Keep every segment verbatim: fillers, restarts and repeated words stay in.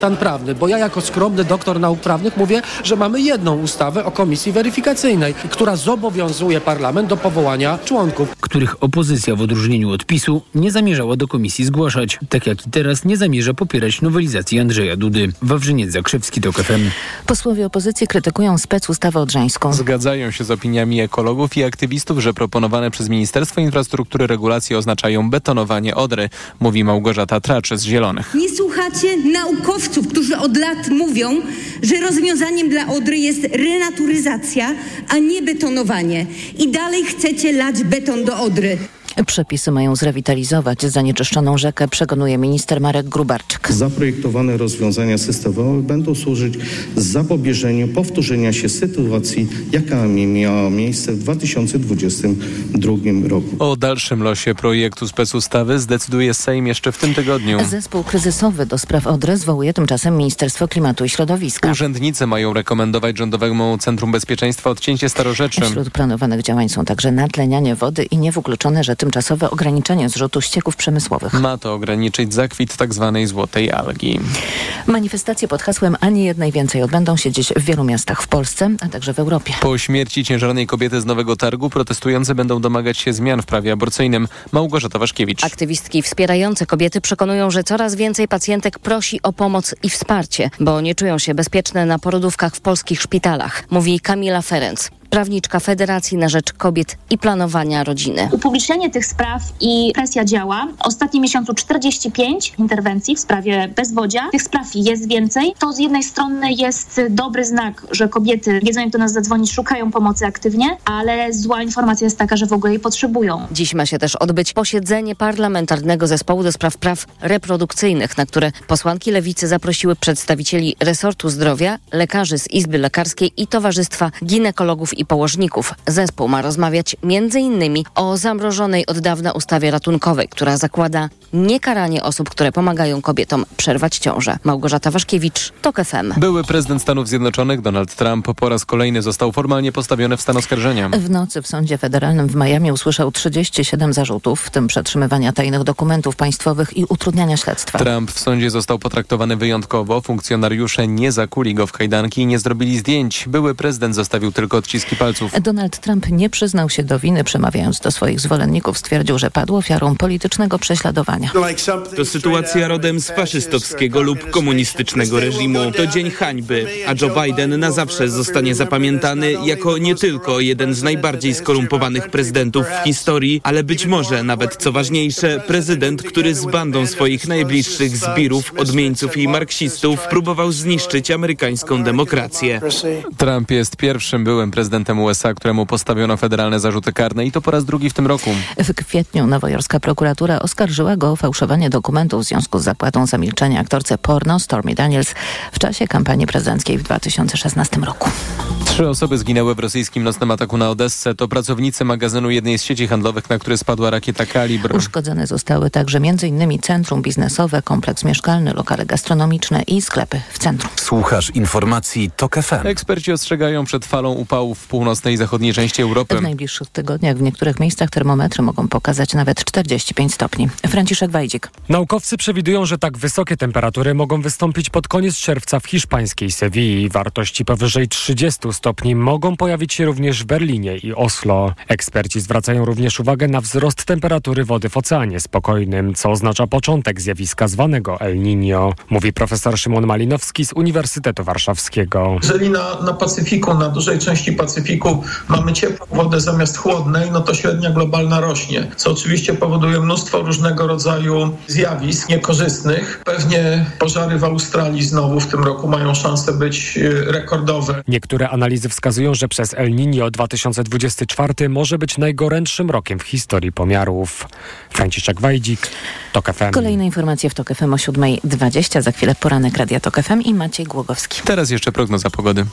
stan prawny, bo ja jako skromny doktor nauk prawnych mówię, że mamy jedną ustawę o komisji weryfikacyjnej, która zobowiązuje parlament do powołania członków, których opozycja w odróżnieniu od PiSu nie zamierzała do komisji zgłaszać, tak jak i teraz nie zamierza popierać nowelizacji Andrzeja Dudy. Wawrzyniec Zakrzewski, TOK F M. Posłowie opozycji krytykują specustawę odrzańską. Zgadzają się z opiniami ekologów i aktywistów, że proponowane przez Ministerstwo Infrastruktury regulacje oznaczają betonowanie Odry, mówi Małgorzata Tracz z Zielonych. Nie słuchacie naukowców, którzy od lat mówią, że rozwiązaniem dla Odry jest renaturyzacja, a nie betonowanie. I dalej chcecie lać beton do Odry. Przepisy mają zrewitalizować zanieczyszczoną rzekę, przekonuje minister Marek Grubarczyk. Zaprojektowane rozwiązania systemowe będą służyć zapobieżeniu powtórzenia się sytuacji, jaka miała miejsce w dwa tysiące dwudziestym drugim roku. O dalszym losie projektu specustawy zdecyduje Sejm jeszcze w tym tygodniu. Zespół kryzysowy do spraw Odry zwołuje tymczasem Ministerstwo Klimatu i Środowiska. Urzędnicy mają rekomendować Rządowemu Centrum Bezpieczeństwa odcięcie Starorzeczyn. Wśród planowanych działań są także natlenianie wody i niewykluczone, że tymczasowe ograniczenie zrzutu ścieków przemysłowych. Ma to ograniczyć zakwit tzw. złotej algi. Manifestacje pod hasłem Ani jednej więcej odbędą się dziś w wielu miastach w Polsce, a także w Europie. Po śmierci ciężarnej kobiety z Nowego Targu protestujący będą domagać się zmian w prawie aborcyjnym. Małgorzata Waszkiewicz. Aktywistki wspierające kobiety przekonują, że coraz więcej pacjentek prosi o pomoc i wsparcie, bo nie czują się bezpieczne na porodówkach w polskich szpitalach, mówi Kamila Ferenc, prawniczka Federacji na Rzecz Kobiet i Planowania Rodziny. Upublicznienie tych spraw i presja działa. W ostatnim miesiącu czterdzieści pięć interwencji w sprawie bezwodzia. Tych spraw jest więcej. To z jednej strony jest dobry znak, że kobiety wiedzą, jak do nas zadzwonić, szukają pomocy aktywnie, ale zła informacja jest taka, że w ogóle jej potrzebują. Dziś ma się też odbyć posiedzenie Parlamentarnego Zespołu do Spraw Praw Reprodukcyjnych, na które posłanki Lewicy zaprosiły przedstawicieli resortu zdrowia, lekarzy z Izby Lekarskiej i Towarzystwa Ginekologów i Położników. Zespół ma rozmawiać między innymi o zamrożonej od dawna ustawie ratunkowej, która zakłada niekaranie osób, które pomagają kobietom przerwać ciążę. Małgorzata Waszkiewicz, TOK F M. Były prezydent Stanów Zjednoczonych Donald Trump po raz kolejny został formalnie postawiony w stan oskarżenia. W nocy w sądzie federalnym w Miami usłyszał trzydzieści siedem zarzutów, w tym przetrzymywania tajnych dokumentów państwowych i utrudniania śledztwa. Trump w sądzie został potraktowany wyjątkowo. Funkcjonariusze nie zakuli go w kajdanki i nie zrobili zdjęć. Były prezydent zostawił tylko odciski palców. Donald Trump nie przyznał się do winy, przemawiając do swoich zwolenników. Stwierdził, że padł ofiarą politycznego prześladowania. To sytuacja rodem z faszystowskiego lub komunistycznego reżimu. To dzień hańby, a Joe Biden na zawsze zostanie zapamiętany jako nie tylko jeden z najbardziej skorumpowanych prezydentów w historii, ale być może nawet, co ważniejsze, prezydent, który z bandą swoich najbliższych zbirów, odmieńców i marksistów próbował zniszczyć amerykańską demokrację. Trump jest pierwszym byłym prezydentem U S A, któremu postawiono federalne zarzuty karne i to po raz drugi w tym roku. W kwietniu nowojorska prokuratura oskarżyła go o fałszowanie dokumentów w związku z zapłatą za milczenie aktorce porno Stormy Daniels w czasie kampanii prezydenckiej w dwa tysiące szesnastym roku. Trzy osoby zginęły w rosyjskim nocnym ataku na Odessę. To pracownicy magazynu jednej z sieci handlowych, na który spadła rakieta Kalibr. Uszkodzone zostały także m.in. centrum biznesowe, kompleks mieszkalny, lokale gastronomiczne i sklepy w centrum. Słuchasz informacji TOK F M. Eksperci ostrzegają przed falą upałów w północnej i zachodniej części Europy. W najbliższych tygodniach w niektórych miejscach termometry mogą pokazać nawet czterdzieści pięć stopni. Franciszek Wajdzik. Naukowcy przewidują, że tak wysokie temperatury mogą wystąpić pod koniec czerwca w hiszpańskiej Sewilli. Wartości powyżej trzydziestu stopni mogą pojawić się również w Berlinie i Oslo. Eksperci zwracają również uwagę na wzrost temperatury wody w Oceanie Spokojnym, co oznacza początek zjawiska zwanego El Niño, mówi profesor Szymon Malinowski z Uniwersytetu Warszawskiego. Jeżeli na, na Pacyfiku, na dużej części Pacyfiku mamy ciepłą wodę zamiast chłodnej, no to średnia globalna rośnie, co oczywiście powoduje mnóstwo różnego rodzaju zjawisk niekorzystnych. Pewnie pożary w Australii znowu w tym roku mają szansę być rekordowe. Niektóre analizy wskazują, że przez El Niño dwa tysiące dwudziesty czwarty może być najgorętszym rokiem w historii pomiarów. Franciszek Wajdzik, TOK F M. Kolejne informacje w TOK F M o siódma dwadzieścia. Za chwilę poranek Radia TOK F M i Maciej Głogowski. Teraz jeszcze prognoza pogody.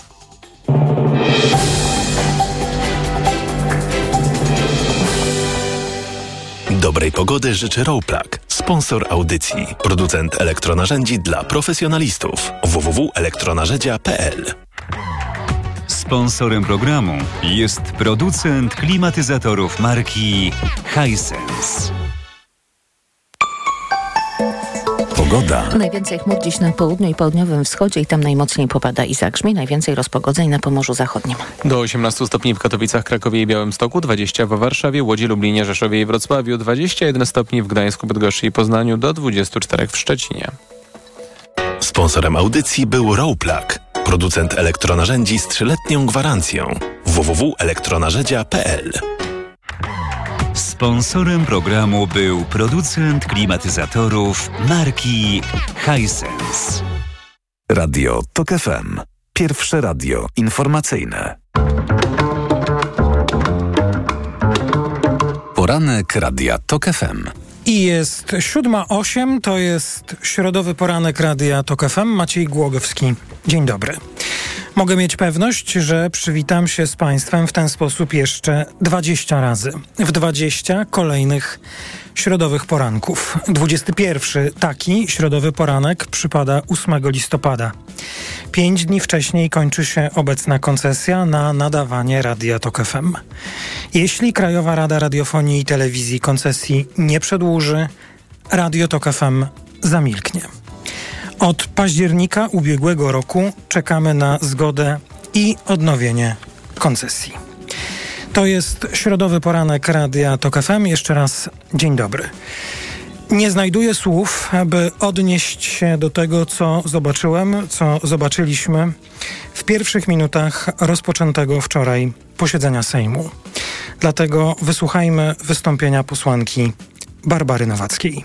Dobrej pogody życzy Rowplug, sponsor audycji, producent elektronarzędzi dla profesjonalistów. w w w kropka elektronarzędzia kropka p l. Sponsorem programu jest producent klimatyzatorów marki Hisense. Pogoda. Najwięcej chmur dziś na południu i południowym wschodzie i tam najmocniej popada i zagrzmi. Najwięcej rozpogodzeń na Pomorzu Zachodnim. Do osiemnastu stopni w Katowicach, Krakowie i Białymstoku, dwadzieścia w Warszawie, Łodzi, Lublinie, Rzeszowie i Wrocławiu, dwadzieścia jeden stopni w Gdańsku, Bydgoszczy i Poznaniu, do dwudziestu czterech w Szczecinie. Sponsorem audycji był Rowplug, producent elektronarzędzi z trzyletnią gwarancją. w w w kropka elektronarzędzia kropka p l. Sponsorem programu był producent klimatyzatorów marki Hisense. Radio TOK F M. Pierwsze radio informacyjne. Poranek Radia TOK F M. I jest siódma osiem, to jest środowy poranek Radia TOK F M. Maciej Głogowski. Dzień dobry. Mogę mieć pewność, że przywitam się z Państwem w ten sposób jeszcze dwadzieścia razy. W dwadzieścia kolejnych środowych poranków. dwudziesty pierwszy taki środowy poranek przypada ósmego listopada. Pięć dni wcześniej kończy się obecna koncesja na nadawanie Radia TOK F M. Jeśli Krajowa Rada Radiofonii i Telewizji koncesji nie przedłuży, Radio TOK F M zamilknie. Od października ubiegłego roku czekamy na zgodę i odnowienie koncesji. To jest środowy poranek Radia TOK F M. Jeszcze raz dzień dobry. Nie znajduję słów, aby odnieść się do tego, co zobaczyłem, co zobaczyliśmy w pierwszych minutach rozpoczętego wczoraj posiedzenia Sejmu. Dlatego wysłuchajmy wystąpienia posłanki Barbary Nowackiej.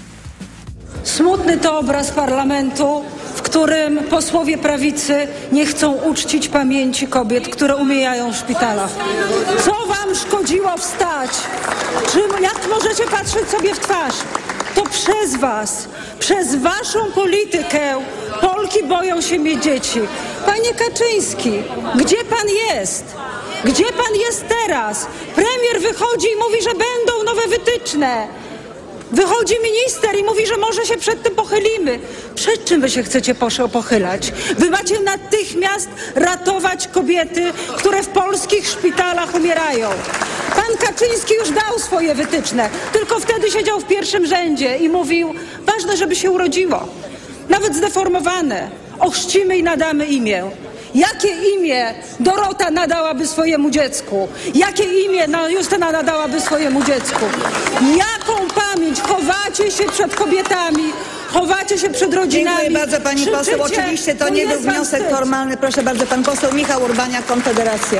Smutny to obraz parlamentu, w którym posłowie prawicy nie chcą uczcić pamięci kobiet, które umierają w szpitalach. Co wam szkodziło wstać? Czy, jak możecie patrzeć sobie w twarz? To przez was, przez waszą politykę Polki boją się mieć dzieci. Panie Kaczyński, gdzie pan jest? Gdzie pan jest teraz? Premier wychodzi i mówi, że będą nowe wytyczne. Wychodzi minister i mówi, że może się przed tym pochylimy. Przed czym wy się chcecie pochylać? Wy macie natychmiast ratować kobiety, które w polskich szpitalach umierają. Pan Kaczyński już dał swoje wytyczne, tylko wtedy siedział w pierwszym rzędzie i mówił, ważne, żeby się urodziło. Nawet zdeformowane. Ochrzcimy i nadamy imię. Jakie imię Dorota nadałaby swojemu dziecku? Jakie imię Justyna nadałaby swojemu dziecku? Jaką pamięć? Chowacie się przed kobietami, chowacie się przed rodzinami. Dziękuję bardzo pani krzyczycie, poseł. Oczywiście to nie był wniosek wstyd. formalny. Proszę bardzo, pan poseł Michał Urbaniak, Konfederacja.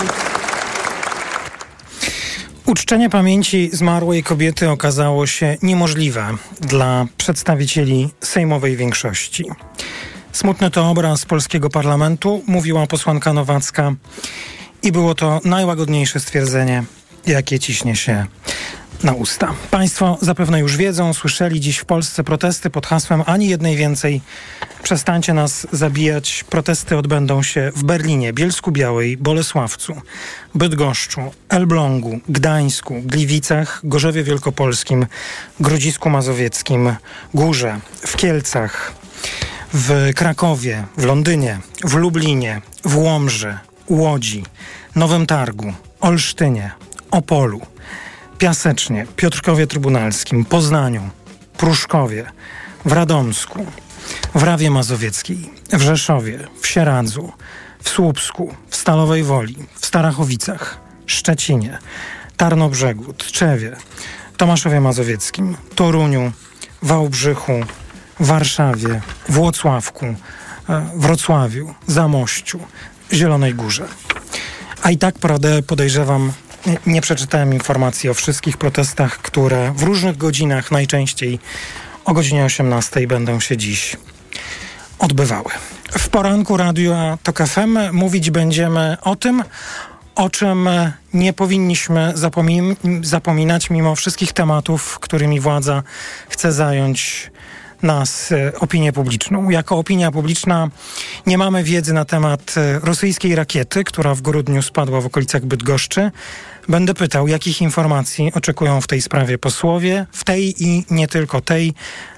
Uczczenie pamięci zmarłej kobiety okazało się niemożliwe dla przedstawicieli sejmowej większości. Smutny to obraz polskiego parlamentu, mówiła posłanka Nowacka i było to najłagodniejsze stwierdzenie, jakie ciśnie się na usta. Państwo zapewne już wiedzą, słyszeli dziś w Polsce protesty pod hasłem ani jednej więcej. Przestańcie nas zabijać. Protesty odbędą się w Berlinie, Bielsku-Białej, Bolesławcu, Bydgoszczu, Elblągu, Gdańsku, Gliwicach, Gorzowie Wielkopolskim, Grodzisku Mazowieckim, Górze, w Kielcach, w Krakowie, w Londynie, w Lublinie, w Łomży, Łodzi, Nowym Targu, Olsztynie, Opolu, Piasecznie, Piotrkowie Trybunalskim, Poznaniu, Pruszkowie, w Radomsku, w Rawie Mazowieckiej, w Rzeszowie, w Sieradzu, w Słupsku, w Stalowej Woli, w Starachowicach, Szczecinie, Tarnobrzegu, Tczewie, Tomaszowie Mazowieckim, Toruniu, Wałbrzychu, Warszawie, Włocławku, Wrocławiu, Zamościu, Zielonej Górze. A i tak, prawdę podejrzewam, nie przeczytałem informacji o wszystkich protestach, które w różnych godzinach, najczęściej o godzinie osiemnastej, będą się dziś odbywały. W poranku Radia TOK F M mówić będziemy o tym, o czym nie powinniśmy zapomin- zapominać mimo wszystkich tematów, którymi władza chce zająć nas, opinię publiczną. Jako opinia publiczna nie mamy wiedzy na temat rosyjskiej rakiety, która w grudniu spadła w okolicach Bydgoszczy. Będę pytał, jakich informacji oczekują w tej sprawie posłowie, w tej i nie tylko tej.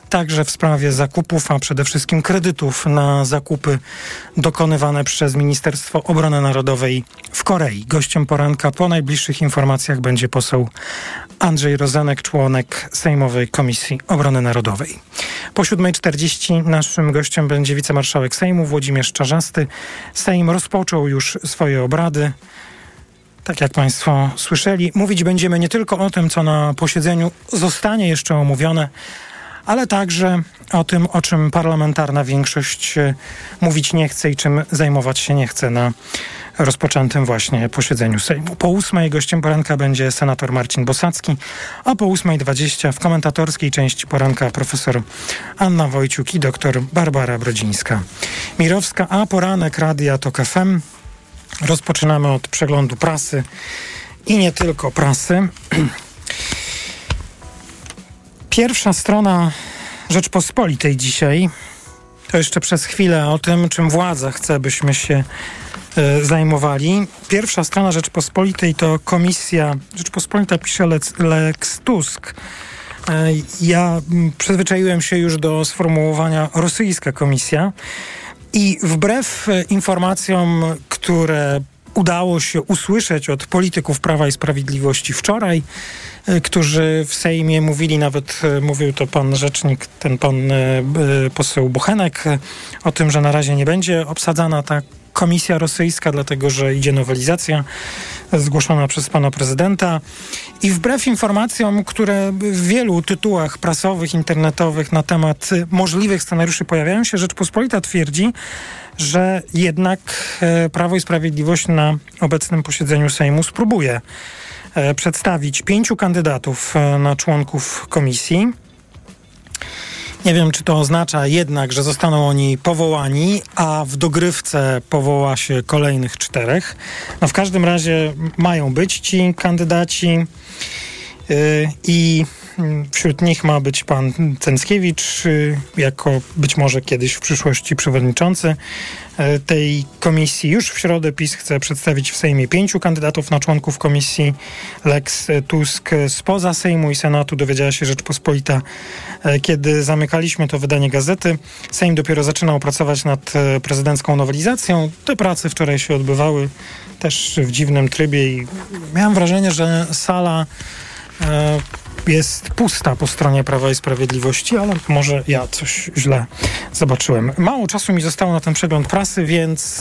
także w sprawie zakupów, a przede wszystkim kredytów na zakupy dokonywane przez Ministerstwo Obrony Narodowej w Korei. Gościem poranka po najbliższych informacjach będzie poseł Andrzej Rozenek, członek Sejmowej Komisji Obrony Narodowej. Po siódma czterdzieści naszym gościem będzie wicemarszałek Sejmu Włodzimierz Czarzasty. Sejm rozpoczął już swoje obrady. Tak jak Państwo słyszeli, mówić będziemy nie tylko o tym, co na posiedzeniu zostanie jeszcze omówione, ale także o tym, o czym parlamentarna większość mówić nie chce i czym zajmować się nie chce na rozpoczętym właśnie posiedzeniu Sejmu. Po ósmej gościem poranka będzie senator Marcin Bosacki, a po ósma dwadzieścia w komentatorskiej części poranka profesor Anna Wojciuk i doktor Barbara Brodzińska-Mirowska, a poranek Radia Tok F M rozpoczynamy od przeglądu prasy i nie tylko prasy. Pierwsza strona Rzeczpospolitej dzisiaj, to jeszcze przez chwilę o tym, czym władza chce, byśmy się y, zajmowali. Pierwsza strona Rzeczpospolitej to komisja, Rzeczpospolita pisze Lex, Lex Tusk. Y, ja m, przyzwyczaiłem się już do sformułowania rosyjska komisja i wbrew y, informacjom, które udało się usłyszeć od polityków Prawa i Sprawiedliwości wczoraj, którzy w Sejmie mówili, nawet mówił to pan rzecznik, ten pan poseł Bochenek, o tym, że na razie nie będzie obsadzana ta komisja rosyjska, dlatego że idzie nowelizacja zgłoszona przez pana prezydenta. I wbrew informacjom, które w wielu tytułach prasowych, internetowych na temat możliwych scenariuszy pojawiają się, Rzeczpospolita twierdzi, że jednak Prawo i Sprawiedliwość na obecnym posiedzeniu Sejmu spróbuje przedstawić pięciu kandydatów na członków komisji. Nie wiem, czy to oznacza jednak, że zostaną oni powołani, a w dogrywce powoła się kolejnych czterech. No w każdym razie mają być ci kandydaci yy, i wśród nich ma być pan Cęckiewicz, yy, jako być może kiedyś w przyszłości przewodniczący yy, tej komisji. Już w środę PiS chce przedstawić w Sejmie pięciu kandydatów na członków komisji Lex Tusk. Spoza Sejmu i Senatu dowiedziała się Rzeczpospolita, yy, kiedy zamykaliśmy to wydanie gazety. Sejm dopiero zaczynał pracować nad yy, prezydencką nowelizacją. Te prace wczoraj się odbywały też w dziwnym trybie i miałem wrażenie, że sala yy, jest pusta po stronie Prawa i Sprawiedliwości, ale może ja coś źle zobaczyłem. Mało czasu mi zostało na ten przegląd prasy, więc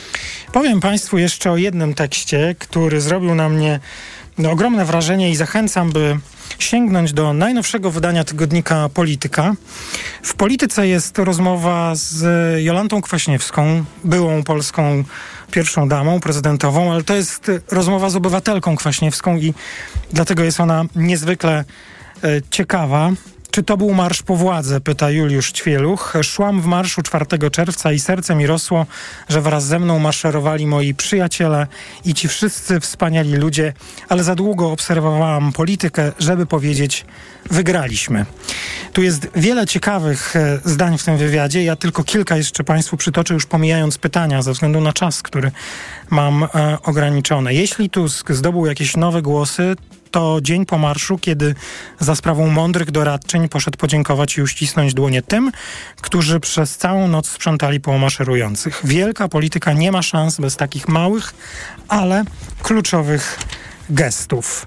powiem Państwu jeszcze o jednym tekście, który zrobił na mnie no, ogromne wrażenie i zachęcam, by sięgnąć do najnowszego wydania tygodnika Polityka. W Polityce jest rozmowa z Jolantą Kwaśniewską, byłą polską pierwszą damą, prezydentową, ale to jest rozmowa z obywatelką Kwaśniewską i dlatego jest ona niezwykle e, ciekawa. Czy to był marsz po władzę? Pyta Juliusz Ćwieluch. Szłam w marszu czwartego czerwca i serce mi rosło, że wraz ze mną maszerowali moi przyjaciele i ci wszyscy wspaniali ludzie, ale za długo obserwowałam politykę, żeby powiedzieć, wygraliśmy. Tu jest wiele ciekawych e, zdań w tym wywiadzie. Ja tylko kilka jeszcze Państwu przytoczę, już pomijając pytania, ze względu na czas, który mam e, ograniczony. Jeśli Tusk zdobył jakieś nowe głosy, to dzień po marszu, kiedy za sprawą mądrych doradczyń poszedł podziękować i uścisnąć dłonie tym, którzy przez całą noc sprzątali po maszerujących. Wielka polityka nie ma szans bez takich małych, ale kluczowych gestów.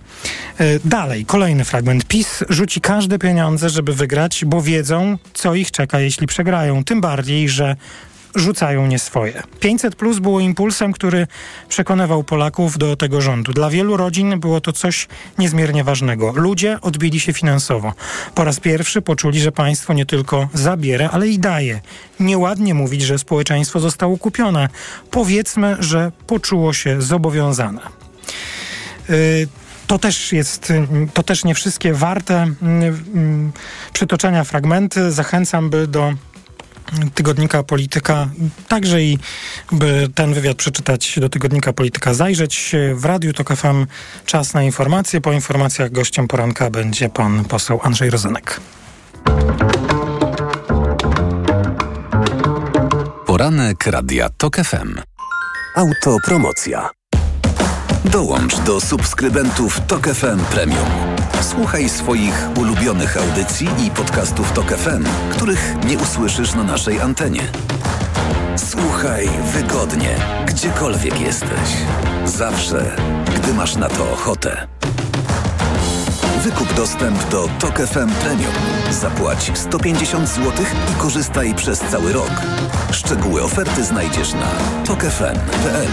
Dalej, kolejny fragment. PiS rzuci każde pieniądze, żeby wygrać, bo wiedzą, co ich czeka, jeśli przegrają. Tym bardziej, że rzucają nie swoje. pięćset plus było impulsem, który przekonywał Polaków do tego rządu. Dla wielu rodzin było to coś niezmiernie ważnego. Ludzie odbili się finansowo. Po raz pierwszy poczuli, że państwo nie tylko zabiera, ale i daje. Nieładnie mówić, że społeczeństwo zostało kupione. Powiedzmy, że poczuło się zobowiązane. Yy, To też jest, to też nie wszystkie warte przytoczenia fragmenty. Zachęcam, by do tygodnika Polityka, także i by ten wywiad przeczytać, do tygodnika Polityka zajrzeć. W Radiu Tok F M czas na informacje. Po informacjach gościem poranka będzie pan poseł Andrzej Rozenek. Poranek Radia Tok F M. Autopromocja. Dołącz do subskrybentów Tok F M Premium. Słuchaj swoich ulubionych audycji i podcastów Tok F M, których nie usłyszysz na naszej antenie. Słuchaj wygodnie, gdziekolwiek jesteś. Zawsze, gdy masz na to ochotę. Wykup dostęp do Tok F M Premium. Zapłać sto pięćdziesiąt złotych i korzystaj przez cały rok. Szczegóły oferty znajdziesz na tok f m kropka p l.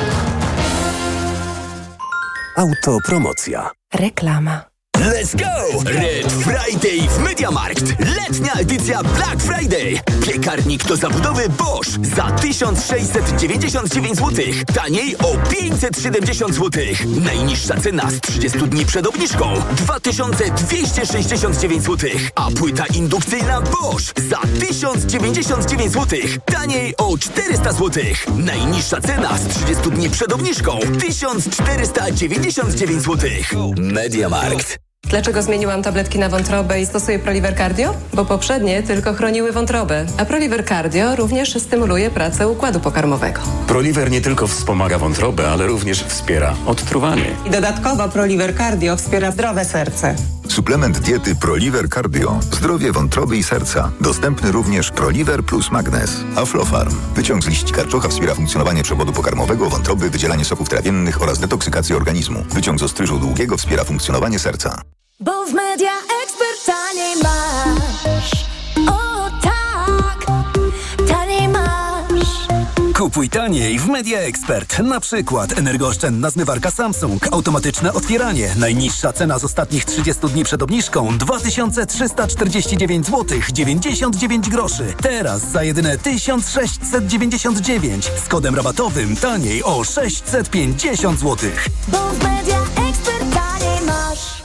Autopromocja. Reklama. Let's go! Red Friday w MediaMarkt. Letnia edycja Black Friday. Piekarnik do zabudowy Bosch za tysiąc sześćset dziewięćdziesiąt dziewięć złotych. Taniej o pięćset siedemdziesiąt złotych. Najniższa cena z trzydziestu dni przed obniżką dwa tysiące dwieście sześćdziesiąt dziewięć złotych. A płyta indukcyjna Bosch za tysiąc dziewięćdziesiąt dziewięć złotych. Taniej o czterysta złotych. Najniższa cena z trzydziestu dni przed obniżką tysiąc czterysta dziewięćdziesiąt dziewięć złotych. MediaMarkt. Dlaczego zmieniłam tabletki na wątrobę i stosuję Proliver Cardio? Bo poprzednie tylko chroniły wątrobę, a Proliver Cardio również stymuluje pracę układu pokarmowego. Proliver nie tylko wspomaga wątrobę, ale również wspiera odtruwanie. I dodatkowo Proliver Cardio wspiera zdrowe serce. Suplement diety Proliver Cardio. Zdrowie wątroby i serca. Dostępny również Proliver plus Magnez. Aflofarm. Wyciąg z liści karczocha wspiera funkcjonowanie przewodu pokarmowego, wątroby, wydzielanie soków trawiennych oraz detoksykację organizmu. Wyciąg z ostryżu długiego wspiera funkcjonowanie serca. Bo w Media Expert taniej masz. O tak, taniej masz. Kupuj taniej w Media Expert. Na przykład energooszczędna zmywarka Samsung. Automatyczne otwieranie. Najniższa cena z ostatnich trzydziestu dni przed obniżką dwa tysiące trzysta czterdzieści dziewięć złotych dziewięćdziesiąt dziewięć groszy. Teraz za jedyne tysiąc sześćset dziewięćdziesiąt dziewięć. Z kodem rabatowym taniej o sześćset pięćdziesiąt złotych. Bo w Media Expert taniej masz.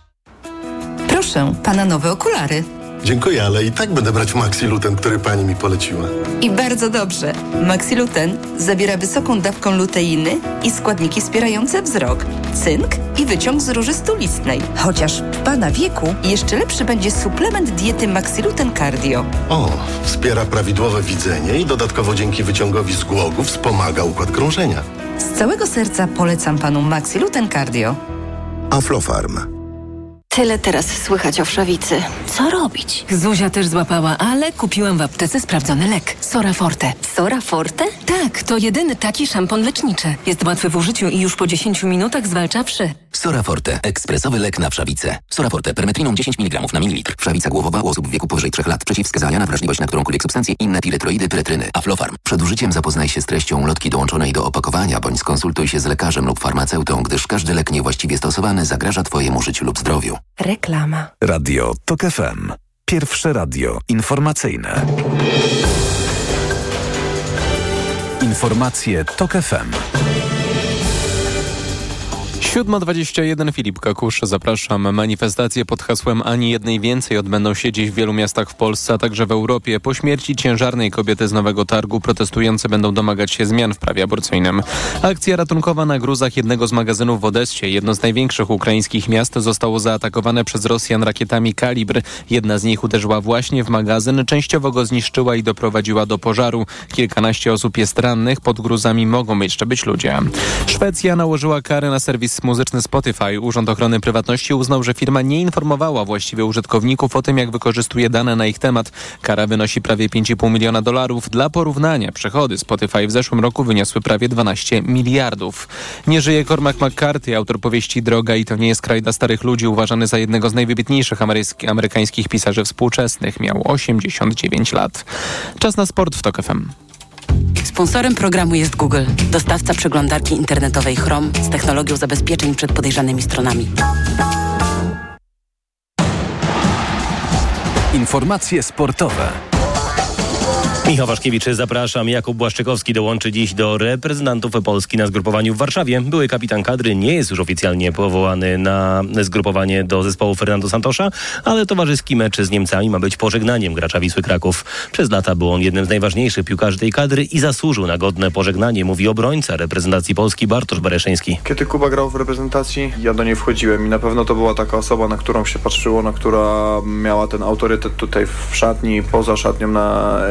Proszę, pana nowe okulary. Dziękuję, ale i tak będę brać Maxiluten, który pani mi poleciła. I bardzo dobrze. Maxiluten zawiera wysoką dawką luteiny i składniki wspierające wzrok, cynk i wyciąg z róży stulistnej. Chociaż w pana wieku jeszcze lepszy będzie suplement diety Maxiluten Cardio. O, wspiera prawidłowe widzenie i dodatkowo dzięki wyciągowi z głogu wspomaga układ krążenia. Z całego serca polecam panu Maxiluten Cardio. Aflofarm. Tyle teraz słychać o wszawicy. Co robić? Zuzia też złapała, ale kupiłam w aptece sprawdzony lek. Sora Forte. Sora Forte? Tak, to jedyny taki szampon leczniczy. Jest łatwy w użyciu i już po dziesięciu minutach zwalcza wszy. Sora Forte. Ekspresowy lek na wszawicę. Sora Forte. Permetriną dziesięć miligramów na mililitr. Wszawica głowowa u osób w wieku powyżej trzech lat. Przeciwwskazania na wrażliwość na którąkolwiek substancję. Inne piretroidy, pyretryny. Aflofarm. Przed użyciem zapoznaj się z treścią ulotki dołączonej do opakowania, bądź skonsultuj się z lekarzem lub farmaceutą, gdyż każdy lek niewłaściwie stosowany zagraża twojemu życiu lub zdrowiu. Reklama. Radio Tok F M. Pierwsze radio informacyjne. Informacje Tok F M. siódma dwadzieścia jeden, Filip Kakusz, zapraszam. Manifestacje pod hasłem Ani jednej więcej odbędą się dziś w wielu miastach w Polsce, a także w Europie. Po śmierci ciężarnej kobiety z Nowego Targu protestujące będą domagać się zmian w prawie aborcyjnym. Akcja ratunkowa na gruzach jednego z magazynów w Odessie, jedno z największych ukraińskich miast, zostało zaatakowane przez Rosjan rakietami Kalibr. Jedna z nich uderzyła właśnie w magazyn, częściowo go zniszczyła i doprowadziła do pożaru. Kilkanaście osób jest rannych, pod gruzami mogą jeszcze być ludzie. Szwecja nałożyła karę na serwis muzyczny Spotify. Urząd Ochrony Prywatności uznał, że firma nie informowała właściwie użytkowników o tym, jak wykorzystuje dane na ich temat. Kara wynosi prawie pięć i pół miliona dolarów. Dla porównania przychody Spotify w zeszłym roku wyniosły prawie dwanaście miliardów. Nie żyje Cormac McCarthy, autor powieści Droga i to nie jest kraj dla starych ludzi, uważany za jednego z najwybitniejszych ameryk- amerykańskich pisarzy współczesnych. Miał osiemdziesiąt dziewięć lat. Czas na sport w Tok F M. Sponsorem programu jest Google, dostawca przeglądarki internetowej Chrome z technologią zabezpieczeń przed podejrzanymi stronami. Informacje sportowe. Michał Waszkiewicz, zapraszam. Jakub Błaszczykowski dołączy dziś do reprezentantów Polski na zgrupowaniu w Warszawie. Były kapitan kadry nie jest już oficjalnie powołany na zgrupowanie do zespołu Fernando Santosza, ale towarzyski mecz z Niemcami ma być pożegnaniem gracza Wisły Kraków. Przez lata był on jednym z najważniejszych piłkarzy tej kadry i zasłużył na godne pożegnanie, mówi obrońca reprezentacji Polski Bartosz Bereszyński. Kiedy Kuba grał w reprezentacji, ja do niej wchodziłem i na pewno to była taka osoba, na którą się patrzyło, na która miała ten autorytet tutaj w szatni, poza szatnią, na, była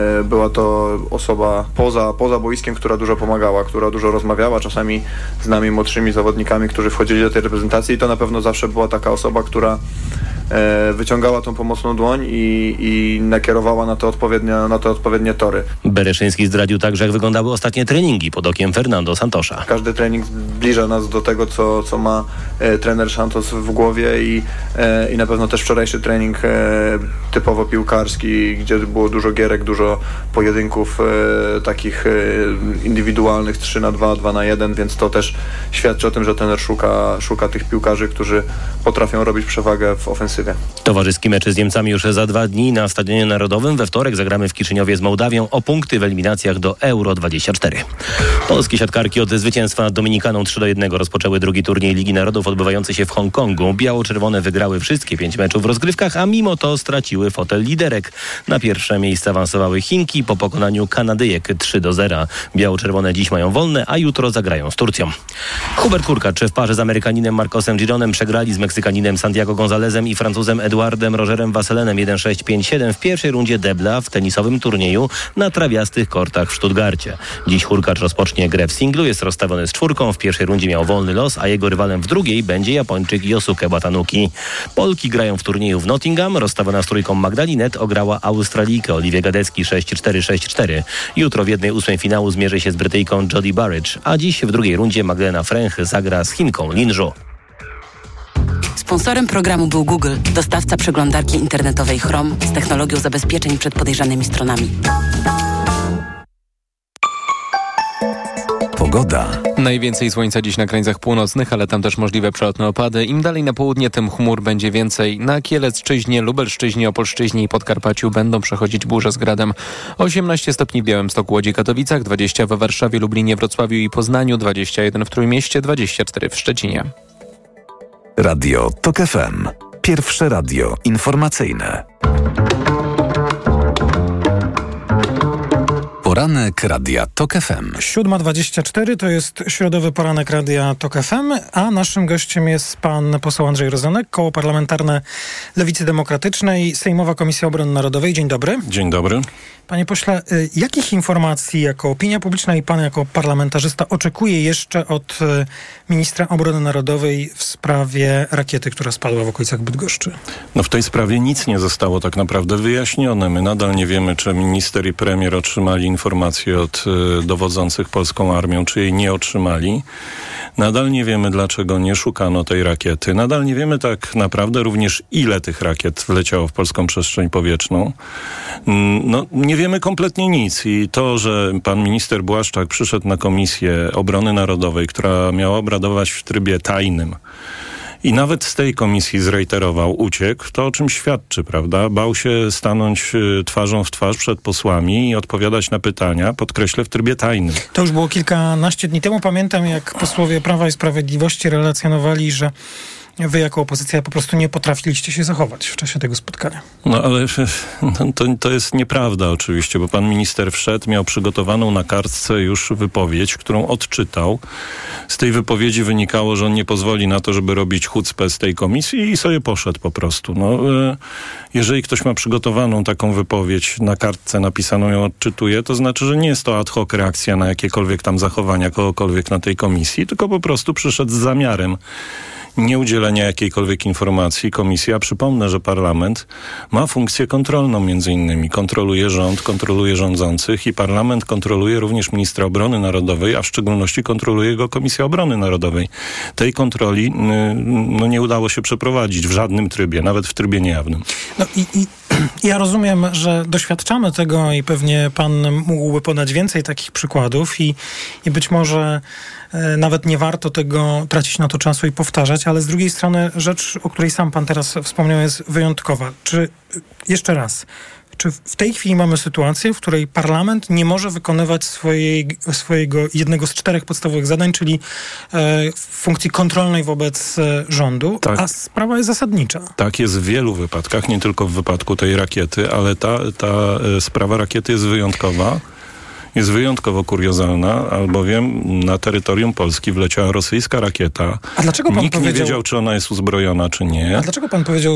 była to osoba poza, poza boiskiem, która dużo pomagała, która dużo rozmawiała, czasami z nami młodszymi zawodnikami, którzy wchodzili do tej reprezentacji i to na pewno zawsze była taka osoba, która e, wyciągała tą pomocną dłoń i, i nakierowała na to, odpowiednie, na to odpowiednie tory. Bereszyński zdradził także, jak wyglądały ostatnie treningi pod okiem Fernando Santosza. Każdy trening zbliża nas do tego, co, co ma e, trener Santos w głowie i, e, i na pewno też wczorajszy trening e, typowo piłkarski, gdzie było dużo gierek, dużo pojedynków e, takich e, indywidualnych, trzy na dwa, dwa na jeden, więc to też świadczy o tym, że trener szuka, szuka tych piłkarzy, którzy potrafią robić przewagę w ofensywie. Towarzyski mecz z Niemcami już za dwa dni na Stadionie Narodowym. We wtorek zagramy w Kiszyniowie z Mołdawią o punkty w eliminacjach do Euro dwadzieścia cztery. Polskie siatkarki od zwycięstwa nad Dominikaną trzy do jednego rozpoczęły drugi turniej Ligi Narodów odbywający się w Hongkongu. Biało-czerwone wygrały wszystkie pięć meczów w rozgrywkach, a mimo to straciły fotel liderek. Na pierwsze miejsce awansowały Chinki po pokonaniu Kanadyjek trzy do zera. Biało-czerwone dziś mają wolne, a jutro zagrają z Turcją. Hubert Hurkacz w parze z Amerykaninem Marcosem Gironem przegrali z Meksykaninem Santiago Gonzalezem i Francuzem Eduardem Rogerem Wasselenem jeden sześć pięć siedem w pierwszej rundzie debla w tenisowym turnieju na trawiastych kortach w Stuttgarcie. Dziś Hurkacz rozpocznie grę w singlu, jest rozstawiony z czwórką, w pierwszej rundzie miał wolny los, a jego rywalem w drugiej będzie Japończyk Yosuke Watanuki. Polki grają w turnieju w Nottingham, rozstawiona z trójką Magdalinet ograła Australijkę Oliwię Gadecki sześć cztery sześć cztery. Jutro w jednej ósmej finału zmierzy się z Brytyjką Jodie Burridge, a dziś w drugiej rundzie Magdalena Fręch zagra z Chinką Lin Zhu. Sponsorem programu był Google, dostawca przeglądarki internetowej Chrome z technologią zabezpieczeń przed podejrzanymi stronami. Pogoda. Najwięcej słońca dziś na krańcach północnych, ale tam też możliwe przelotne opady. Im dalej na południe, tym chmur będzie więcej. Na Kielecczyźnie, Lubelszczyźnie, Opolszczyźnie i Podkarpaciu będą przechodzić burze z gradem. osiemnaście stopni w Białymstoku, Łodzi, Katowicach, dwadzieścia we Warszawie, Lublinie, Wrocławiu i Poznaniu, dwadzieścia jeden w Trójmieście, dwadzieścia cztery w Szczecinie. Radio TOK F M. Pierwsze radio informacyjne. Poranek Radia TOK F M. siódma dwadzieścia cztery to jest środowy poranek Radia TOK F M, a naszym gościem jest pan poseł Andrzej Rozenek, Koło Parlamentarne Lewicy Demokratycznej, Sejmowa Komisja Obrony Narodowej. Dzień dobry. Dzień dobry. Panie pośle, jakich informacji jako opinia publiczna i pan jako parlamentarzysta oczekuje jeszcze od ministra obrony narodowej w sprawie rakiety, która spadła w okolicach Bydgoszczy? No w tej sprawie nic nie zostało tak naprawdę wyjaśnione. My nadal nie wiemy, czy minister i premier otrzymali informacje od y, dowodzących polską armią, czy jej nie otrzymali. Nadal nie wiemy, dlaczego nie szukano tej rakiety. Nadal nie wiemy tak naprawdę również, ile tych rakiet wleciało w polską przestrzeń powietrzną. No, nie wiemy kompletnie nic i to, że pan minister Błaszczak przyszedł na Komisję Obrony Narodowej, która miała obradować w trybie tajnym, i nawet z tej komisji zrejterował, uciekł, to o czym świadczy, prawda? Bał się stanąć twarzą w twarz przed posłami i odpowiadać na pytania, podkreślę, w trybie tajnym. To już było kilkanaście dni temu. Pamiętam, jak posłowie Prawa i Sprawiedliwości relacjonowali, że wy jako opozycja po prostu nie potrafiliście się zachować w czasie tego spotkania. No ale no, to, to jest nieprawda oczywiście, bo pan minister wszedł, miał przygotowaną na kartce już wypowiedź, którą odczytał. Z tej wypowiedzi wynikało, że on nie pozwoli na to, żeby robić chucpę z tej komisji i sobie poszedł po prostu. No, jeżeli ktoś ma przygotowaną taką wypowiedź na kartce napisaną, ją odczytuje, to znaczy, że nie jest to ad hoc reakcja na jakiekolwiek tam zachowania kogokolwiek na tej komisji, tylko po prostu przyszedł z zamiarem nieudzielenia jakiejkolwiek informacji komisji. A przypomnę, że parlament ma funkcję kontrolną między innymi. Kontroluje rząd, kontroluje rządzących i parlament kontroluje również ministra obrony narodowej, a w szczególności kontroluje go Komisja Obrony Narodowej. Tej kontroli no, nie udało się przeprowadzić w żadnym trybie, nawet w trybie niejawnym. No i, i ja rozumiem, że doświadczamy tego i pewnie pan mógłby podać więcej takich przykładów i, i być może e, nawet nie warto tego tracić na to czasu i powtarzać, ale z drugiej strony rzecz, o której sam pan teraz wspomniał, jest wyjątkowa. Czy, jeszcze raz, czy w tej chwili mamy sytuację, w której parlament nie może wykonywać swojej, swojego jednego z czterech podstawowych zadań, czyli e, funkcji kontrolnej wobec e, rządu, tak. A sprawa jest zasadnicza. Tak jest w wielu wypadkach, nie tylko w wypadku tej rakiety, ale ta, ta e, sprawa rakiety jest wyjątkowa. Jest wyjątkowo kuriozalna, albowiem na terytorium Polski wleciała rosyjska rakieta. A dlaczego pan Nikt powiedział... nie wiedział, czy ona jest uzbrojona, czy nie. A dlaczego pan powiedział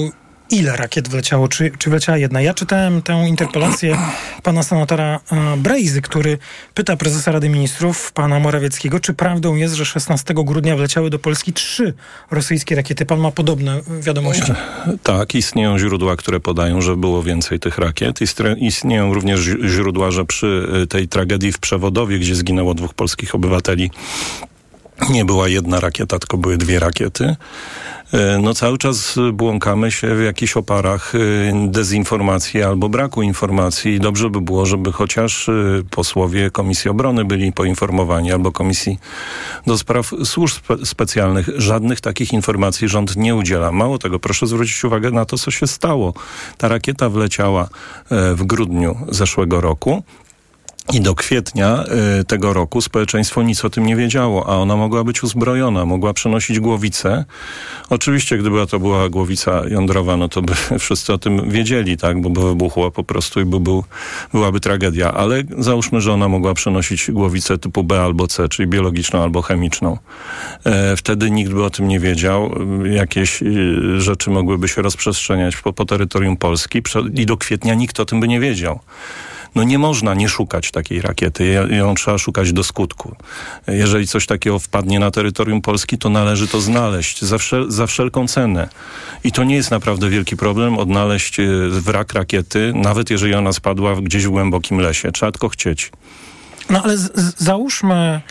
ile rakiet wleciało? Czy, czy wleciała jedna? Ja czytałem tę interpelację pana senatora Brejzy, który pyta prezesa Rady Ministrów, pana Morawieckiego, czy prawdą jest, że szesnastego grudnia wleciały do Polski trzy rosyjskie rakiety. Pan ma podobne wiadomości? Tak, istnieją źródła, które podają, że było więcej tych rakiet. Istnieją również źródła, że przy tej tragedii w Przewodowie, gdzie zginęło dwóch polskich obywateli, nie była jedna rakieta, tylko były dwie rakiety. No cały czas błąkamy się w jakichś oparach dezinformacji albo braku informacji i dobrze by było, żeby chociaż posłowie Komisji Obrony byli poinformowani albo Komisji do Spraw Służb Spe- Specjalnych. Żadnych takich informacji rząd nie udziela. Mało tego, proszę zwrócić uwagę na to, co się stało. Ta rakieta wleciała w grudniu zeszłego roku. I do kwietnia y, tego roku społeczeństwo nic o tym nie wiedziało, a ona mogła być uzbrojona, mogła przenosić głowicę. Oczywiście, gdyby to była głowica jądrowa, no to by wszyscy o tym wiedzieli, tak, bo by wybuchła po prostu i by był, byłaby tragedia. Ale załóżmy, że ona mogła przenosić głowicę typu B albo C, czyli biologiczną albo chemiczną. E, wtedy nikt by o tym nie wiedział. Jakieś y, rzeczy mogłyby się rozprzestrzeniać po, po terytorium Polski i do kwietnia nikt o tym by nie wiedział. No nie można nie szukać takiej rakiety. Ją trzeba szukać do skutku. Jeżeli coś takiego wpadnie na terytorium Polski, to należy to znaleźć za, wszel- za wszelką cenę. I to nie jest naprawdę wielki problem odnaleźć wrak rakiety, nawet jeżeli ona spadła gdzieś w głębokim lesie. Trzeba tylko chcieć. No ale z- z- załóżmy,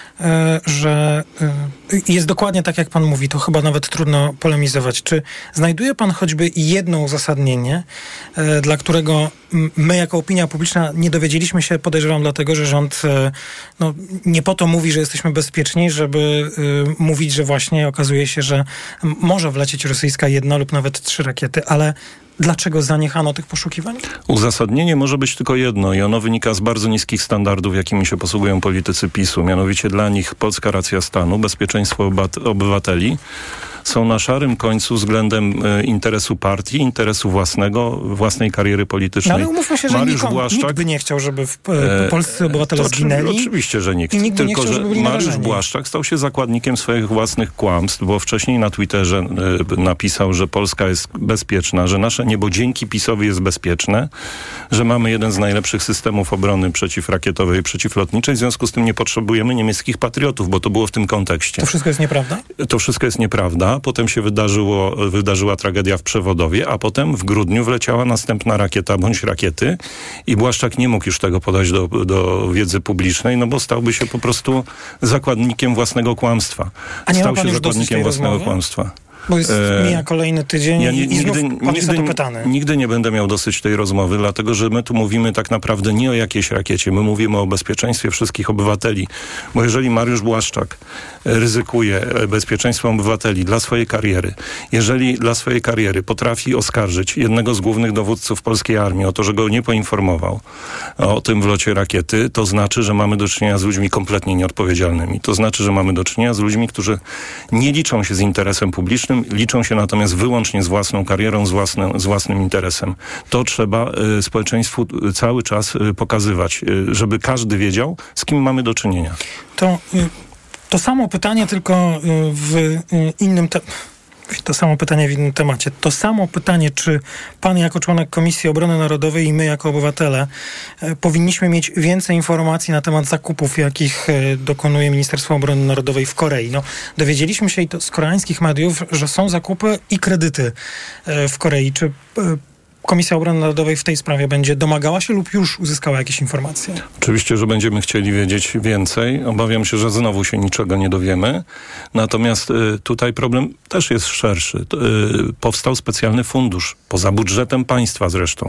że jest dokładnie tak, jak pan mówi, to chyba nawet trudno polemizować. Czy znajduje pan choćby jedno uzasadnienie, dla którego my jako opinia publiczna nie dowiedzieliśmy się, podejrzewam dlatego, że rząd no, nie po to mówi, że jesteśmy bezpieczni, żeby mówić, że właśnie okazuje się, że może wlecieć rosyjska jedna lub nawet trzy rakiety, ale dlaczego zaniechano tych poszukiwań? Uzasadnienie może być tylko jedno i ono wynika z bardzo niskich standardów, jakimi się posługują politycy PiSu. Mianowicie dla nich polska racja stanu, bezpieczeństwo obywateli są na szarym końcu względem e, interesu partii, interesu własnego, własnej kariery politycznej. No ale umówmy się, że Mariusz nikt, Błaszczak, nikt by nie chciał, żeby w, e, polscy obywatele to zginęli. Oczy, oczywiście, że nikt. I nikt by Tylko, nie chciał, żeby byli że Mariusz narażeni. Błaszczak stał się zakładnikiem swoich własnych kłamstw, bo wcześniej na Twitterze e, napisał, że Polska jest bezpieczna, że nasze niebo dzięki PiSowi jest bezpieczne, że mamy jeden z najlepszych systemów obrony przeciwrakietowej i przeciwlotniczej, w związku z tym nie potrzebujemy niemieckich patriotów, bo to było w tym kontekście. To wszystko jest nieprawda? To wszystko jest nieprawda. Potem się wydarzyło, wydarzyła tragedia w Przewodowie, a potem w grudniu wleciała następna rakieta bądź rakiety i Błaszczak nie mógł już tego podać do, do wiedzy publicznej, no bo stałby się po prostu zakładnikiem własnego kłamstwa. A nie Stał ma pan się już dosyć zakładnikiem tej własnego rozmowy? kłamstwa. Bo jest, e, mija kolejny tydzień ja nie, i znów nigdy, pan jest o to nigdy, pytany. Nigdy nie będę miał dosyć tej rozmowy, dlatego że my tu mówimy tak naprawdę nie o jakiejś rakiecie. My mówimy o bezpieczeństwie wszystkich obywateli. Bo jeżeli Mariusz Błaszczak ryzykuje bezpieczeństwo obywateli dla swojej kariery, jeżeli dla swojej kariery potrafi oskarżyć jednego z głównych dowódców polskiej armii o to, że go nie poinformował o tym wlocie rakiety, to znaczy, że mamy do czynienia z ludźmi kompletnie nieodpowiedzialnymi. To znaczy, że mamy do czynienia z ludźmi, którzy nie liczą się z interesem publicznym, liczą się natomiast wyłącznie z własną karierą, z, własne, z własnym interesem. To trzeba y, społeczeństwu cały czas y, pokazywać, y, żeby każdy wiedział, z kim mamy do czynienia. To, y, to samo pytanie, tylko y, w y, innym te- to samo pytanie w innym temacie. To samo pytanie, czy pan jako członek Komisji Obrony Narodowej i my jako obywatele y, powinniśmy mieć więcej informacji na temat zakupów, jakich y, dokonuje Ministerstwo Obrony Narodowej w Korei. No, dowiedzieliśmy się i to z koreańskich mediów, że są zakupy i kredyty y, w Korei. Czy y, Komisja Obrony Narodowej w tej sprawie będzie domagała się lub już uzyskała jakieś informacje? Oczywiście, że będziemy chcieli wiedzieć więcej. Obawiam się, że znowu się niczego nie dowiemy. Natomiast y, tutaj problem też jest szerszy. Y, powstał specjalny fundusz, poza budżetem państwa zresztą.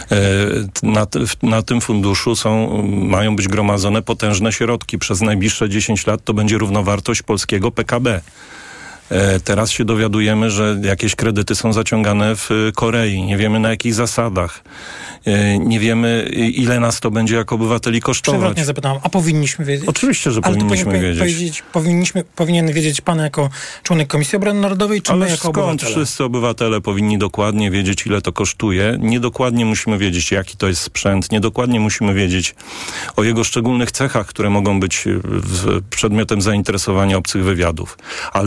Y, na, na tym funduszu są, mają być gromadzone potężne środki. Przez najbliższe dziesięć lat to będzie równowartość polskiego P K B. Teraz się dowiadujemy, że jakieś kredyty są zaciągane w Korei. Nie wiemy na jakich zasadach. Nie wiemy, ile nas to będzie jako obywateli kosztować. Przewrotnie zapytałem, a powinniśmy wiedzieć? Oczywiście, że Ale powinniśmy powinien, wiedzieć. powiedzieć. Powinniśmy, powinien wiedzieć pan jako członek Komisji Obrony Narodowej, czy Ale my jako skąd obywatele? wszyscy obywatele powinni dokładnie wiedzieć, ile to kosztuje? Niedokładnie musimy wiedzieć, jaki to jest sprzęt. Niedokładnie musimy wiedzieć o jego szczególnych cechach, które mogą być w, przedmiotem zainteresowania obcych wywiadów. Ale to, ile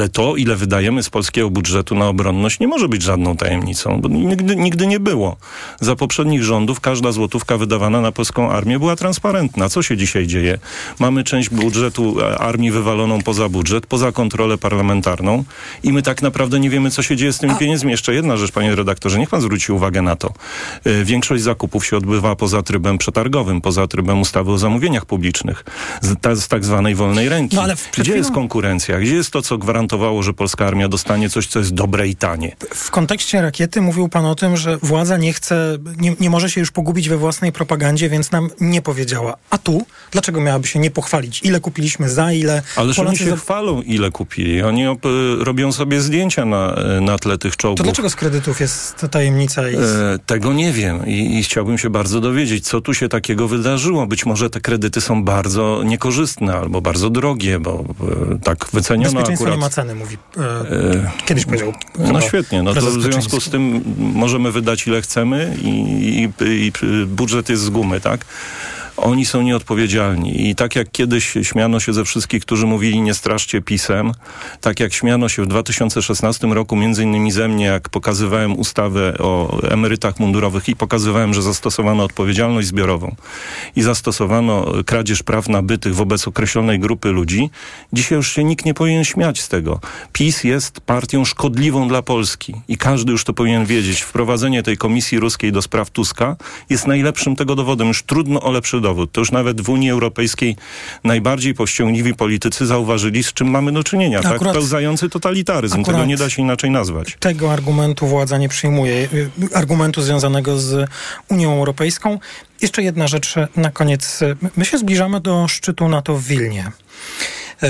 ile wydajemy z polskiego budżetu na obronność, nie może być żadną tajemnicą, bo nigdy, nigdy nie było. Za poprzednich rządów każda złotówka wydawana na polską armię była transparentna. Co się dzisiaj dzieje? Mamy część budżetu armii wywaloną poza budżet, poza kontrolę parlamentarną i my tak naprawdę nie wiemy, co się dzieje z tymi A... pieniędzmi. Jeszcze jedna rzecz, panie redaktorze, niech pan zwróci uwagę na to. Większość zakupów się odbywa poza trybem przetargowym, poza trybem ustawy o zamówieniach publicznych, z, ta, z tak zwanej wolnej ręki. No, ale Gdzie chwilą... jest konkurencja? Gdzie jest to, co gwarantowało, że polska armia dostanie coś, co jest dobre i tanie? W kontekście rakiety mówił pan o tym, że władza nie chce, nie, nie może się już pogubić we własnej propagandzie, więc nam nie powiedziała. A tu? Dlaczego miałaby się nie pochwalić? Ile kupiliśmy, za ile? Ale oni się za... chwalą, ile kupili. Oni op- robią sobie zdjęcia na, na tle tych czołgów. To dlaczego z kredytów jest ta tajemnica? Jest... E, tego nie wiem I, i chciałbym się bardzo dowiedzieć, co tu się takiego wydarzyło. Być może te kredyty są bardzo niekorzystne albo bardzo drogie, bo e, tak wyceniono Bezpieczeństwo akurat... nie ma ceny, mówi. E, kiedyś powiedział. No świetnie, no to w związku z tym możemy wydać ile chcemy i, i, i budżet jest z gumy, tak? Oni są nieodpowiedzialni i tak jak kiedyś śmiano się ze wszystkich, którzy mówili nie straszcie pisem, tak jak śmiano się w dwa tysiące szesnastym roku między innymi ze mnie, jak pokazywałem ustawę o emerytach mundurowych i pokazywałem, że zastosowano odpowiedzialność zbiorową i zastosowano kradzież praw nabytych wobec określonej grupy ludzi, dzisiaj już się nikt nie powinien śmiać z tego. PiS jest partią szkodliwą dla Polski i każdy już to powinien wiedzieć. Wprowadzenie tej komisji ruskiej do spraw Tuska jest najlepszym tego dowodem. Już trudno o lepszy dowód. To już nawet w Unii Europejskiej najbardziej powściągliwi politycy zauważyli, z czym mamy do czynienia. Akurat, tak? Pełzający totalitaryzm. Tego nie da się inaczej nazwać. Tego argumentu władza nie przyjmuje. Argumentu związanego z Unią Europejską. Jeszcze jedna rzecz na koniec. My się zbliżamy do szczytu NATO w Wilnie. Yy,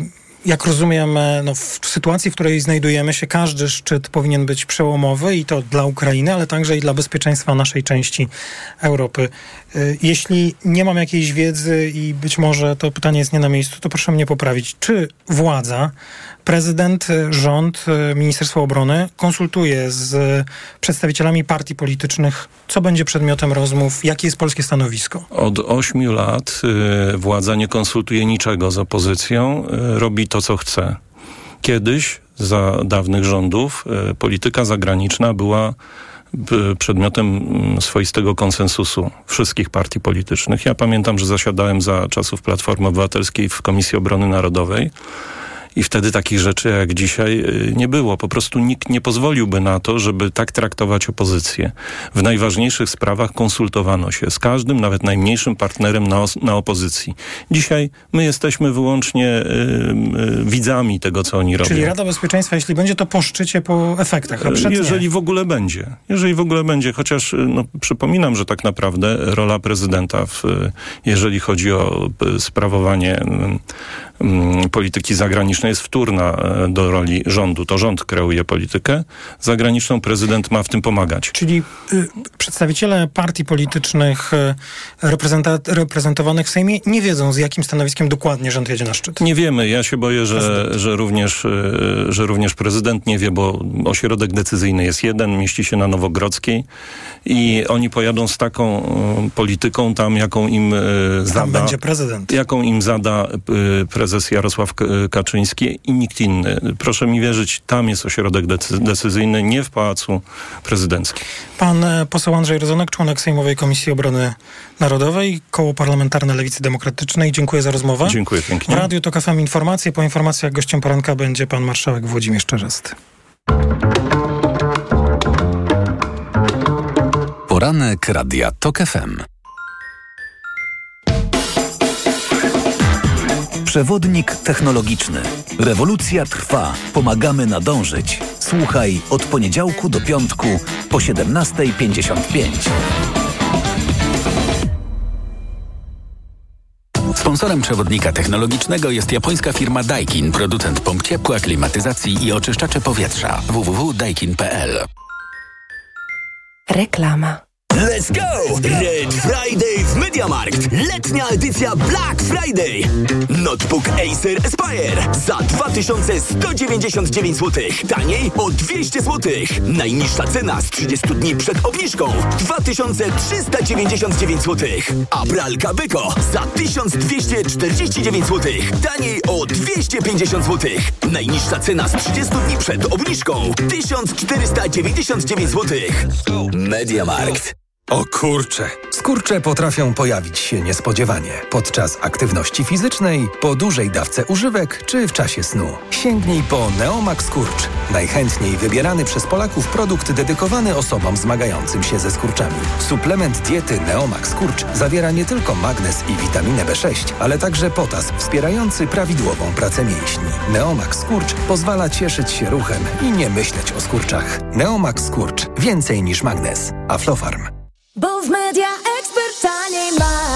Jak rozumiem, no, w sytuacji, w której znajdujemy się, każdy szczyt powinien być przełomowy i to dla Ukrainy, ale także i dla bezpieczeństwa naszej części Europy. Jeśli nie mam jakiejś wiedzy i być może to pytanie jest nie na miejscu, to proszę mnie poprawić. Czy władza, prezydent, rząd, Ministerstwo Obrony konsultuje z przedstawicielami partii politycznych, co będzie przedmiotem rozmów, jakie jest polskie stanowisko? Od ośmiu lat y, władza nie konsultuje niczego z opozycją, y, robi to, co chce. Kiedyś, za dawnych rządów, y, polityka zagraniczna była y, przedmiotem y, swoistego konsensusu wszystkich partii politycznych. Ja pamiętam, że zasiadałem za czasów Platformy Obywatelskiej w Komisji Obrony Narodowej. I wtedy takich rzeczy jak dzisiaj nie było. Po prostu nikt nie pozwoliłby na to, żeby tak traktować opozycję. W najważniejszych sprawach konsultowano się z każdym, nawet najmniejszym partnerem na, os- na opozycji. Dzisiaj my jesteśmy wyłącznie y, y, widzami tego, co oni robią. Czyli Rada Bezpieczeństwa, jeśli będzie, to po szczycie, po efektach, a przed Jeżeli nie. w ogóle będzie. Jeżeli w ogóle będzie. Chociaż no, przypominam, że tak naprawdę rola prezydenta, w, jeżeli chodzi o sprawowanie y, polityki zagranicznej, jest wtórna do roli rządu. To rząd kreuje politykę zagraniczną, prezydent ma w tym pomagać. Czyli y, przedstawiciele partii politycznych y, reprezenta- reprezentowanych w Sejmie nie wiedzą, z jakim stanowiskiem dokładnie rząd jedzie na szczyt. Nie wiemy. Ja się boję, że, że, również, y, że również prezydent nie wie, bo ośrodek decyzyjny jest jeden, mieści się na Nowogrodzkiej i oni pojadą z taką y, polityką tam, jaką im y, zada... Tam będzie prezydent. Jaką im zada y, prezes Jarosław Kaczyński i nikt inny. Proszę mi wierzyć, tam jest ośrodek decy- decyzyjny, nie w Pałacu Prezydenckim. Pan poseł Andrzej Rozenek, członek Sejmowej Komisji Obrony Narodowej, Koło Parlamentarne Lewicy Demokratycznej. Dziękuję za rozmowę. Dziękuję pięknie. W Radiu Tok F M informacje. Po informacjach gościem poranka będzie pan marszałek Włodzimierz Czarzasty. Poranek Radia Tok F M. Przewodnik technologiczny. Rewolucja trwa. Pomagamy nadążyć. Słuchaj od poniedziałku do piątku po siedemnasta pięćdziesiąt pięć. Sponsorem przewodnika technologicznego jest japońska firma Daikin, producent pomp ciepła, klimatyzacji i oczyszczacze powietrza. w w w kropka daikin kropka p l. Reklama. Let's go! Red Friday w MediaMarkt. Letnia edycja Black Friday. Notebook Acer Aspire za dwa tysiące sto dziewięćdziesiąt dziewięć złotych. Taniej o dwieście złotych. Najniższa cena z trzydziestu dni przed obniżką dwa tysiące trzysta dziewięćdziesiąt dziewięć złotych. A pralka Beko za tysiąc dwieście czterdzieści dziewięć złotych. Taniej o dwieście pięćdziesiąt złotych. Najniższa cena z trzydziestu dni przed obniżką tysiąc czterysta dziewięćdziesiąt dziewięć złotych. MediaMarkt. O kurcze! Skurcze potrafią pojawić się niespodziewanie podczas aktywności fizycznej, po dużej dawce używek czy w czasie snu. Sięgnij po Neomax Skurcz. Najchętniej wybierany przez Polaków produkt dedykowany osobom zmagającym się ze skurczami. Suplement diety Neomax Skurcz zawiera nie tylko magnez i witaminę B sześć, ale także potas wspierający prawidłową pracę mięśni. Neomax Skurcz pozwala cieszyć się ruchem i nie myśleć o skurczach. Neomax Skurcz. Więcej niż magnez. Aflofarm. Bo w Media Expert taniej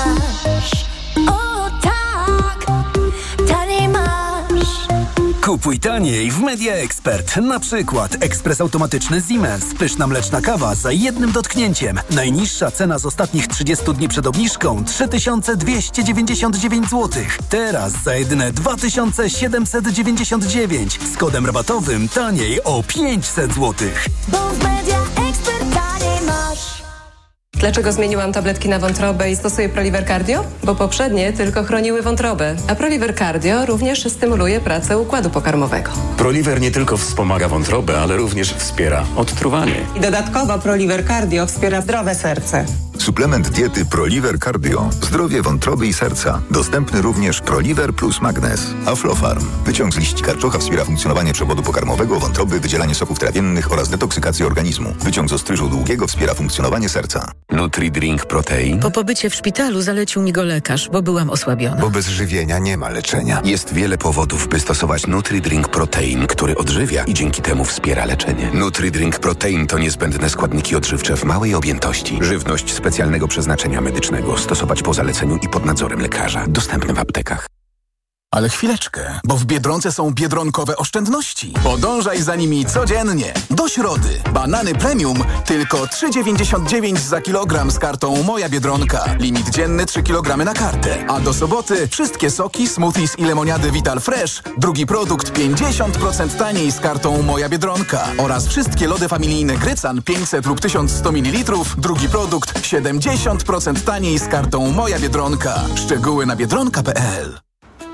masz. O tak, taniej masz. Kupuj taniej w Media Expert. Na przykład ekspres automatyczny Siemens. Pyszna mleczna kawa za jednym dotknięciem. Najniższa cena z ostatnich trzydziestu dni przed obniżką trzy tysiące dwieście dziewięćdziesiąt dziewięć złotych. Teraz za jedyne dwa tysiące siedemset dziewięćdziesiąt dziewięć. Z kodem rabatowym taniej o pięćset złotych. Bo w Media Expert taniej masz. Dlaczego zmieniłam tabletki na wątrobę i stosuję Proliver Cardio? Bo poprzednie tylko chroniły wątrobę, a Proliver Cardio również stymuluje pracę układu pokarmowego. Proliver nie tylko wspomaga wątrobę, ale również wspiera odtruwanie. I dodatkowo Proliver Cardio wspiera zdrowe serce. Suplement diety Proliver Cardio. Zdrowie wątroby i serca. Dostępny również Proliver plus Magnez. Aflofarm. Wyciąg z liści karczocha wspiera funkcjonowanie przewodu pokarmowego, wątroby, wydzielanie soków trawiennych oraz detoksykację organizmu. Wyciąg z ostryżu długiego wspiera funkcjonowanie serca. Nutri-Drink Protein. Po pobycie w szpitalu zalecił mi go lekarz, bo byłam osłabiona. Bo bez żywienia nie ma leczenia. Jest wiele powodów, by stosować Nutri-Drink Protein, który odżywia i dzięki temu wspiera leczenie. Nutri-Drink Protein to niezbędne składniki odżywcze w małej objętości. Żywność specjalnego przeznaczenia medycznego. Stosować po zaleceniu i pod nadzorem lekarza. Dostępny w aptekach. Ale chwileczkę, bo w Biedronce są biedronkowe oszczędności. Podążaj za nimi codziennie. Do środy. Banany premium tylko trzy dziewięćdziesiąt dziewięć za kilogram z kartą Moja Biedronka. Limit dzienny trzy kilogramy na kartę. A do soboty wszystkie soki, smoothies i lemoniady Vital Fresh. Drugi produkt pięćdziesiąt procent taniej z kartą Moja Biedronka. Oraz wszystkie lody familijne Grycan pięćset lub tysiąc sto mililitrów. Drugi produkt siedemdziesiąt procent taniej z kartą Moja Biedronka. Szczegóły na biedronka kropka p l.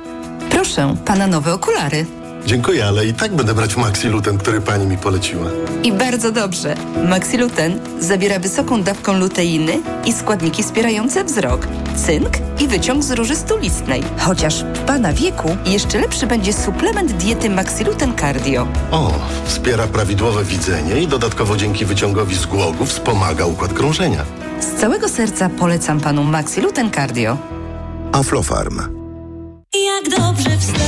Proszę, pana nowe okulary. Dziękuję, ale i tak będę brać Maxiluten, który pani mi poleciła. I bardzo dobrze. Maxiluten zawiera wysoką dawkę luteiny i składniki wspierające wzrok, cynk i wyciąg z róży stulistnej. Chociaż w pana wieku jeszcze lepszy będzie suplement diety Maxiluten Cardio. O, wspiera prawidłowe widzenie i dodatkowo dzięki wyciągowi z głogu wspomaga układ krążenia. Z całego serca polecam panu Maxiluten Cardio. Aflofarm. Jak dobrze wstać,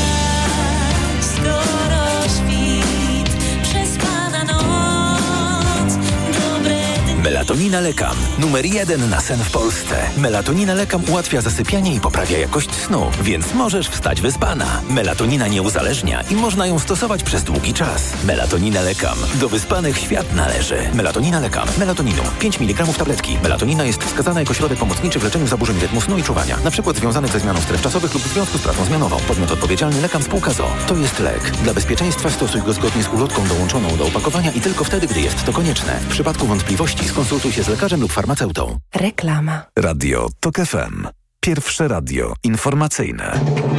skoro świt, przespana noc, dobre dni. Melatonina Lekam. Numer jeden na sen w Polsce. Melatonina Lekam ułatwia zasypianie i poprawia jakość snu, więc możesz wstać wyspana. Melatonina nie uzależnia i można ją stosować przez długi czas. Melatonina Lekam. Do wyspanych świat należy. Melatonina Lekam. Melatoninum. pięć miligramów tabletki. Melatonina jest wskazana jako środek pomocniczy w leczeniu zaburzeń rytmu snu i czuwania, na przykład związanych ze zmianą stref czasowych lub w związku z pracą zmianową. Podmiot odpowiedzialny Lekam spółka z o o. To jest lek. Dla bezpieczeństwa stosuj go zgodnie z ulotką dołączoną do opakowania i tylko wtedy, gdy jest to konieczne. W przypadku wątpliwości skonsultuj się z lekarzem lub farmaceutą. Reklama. Radio TOK F M. Pierwsze radio informacyjne.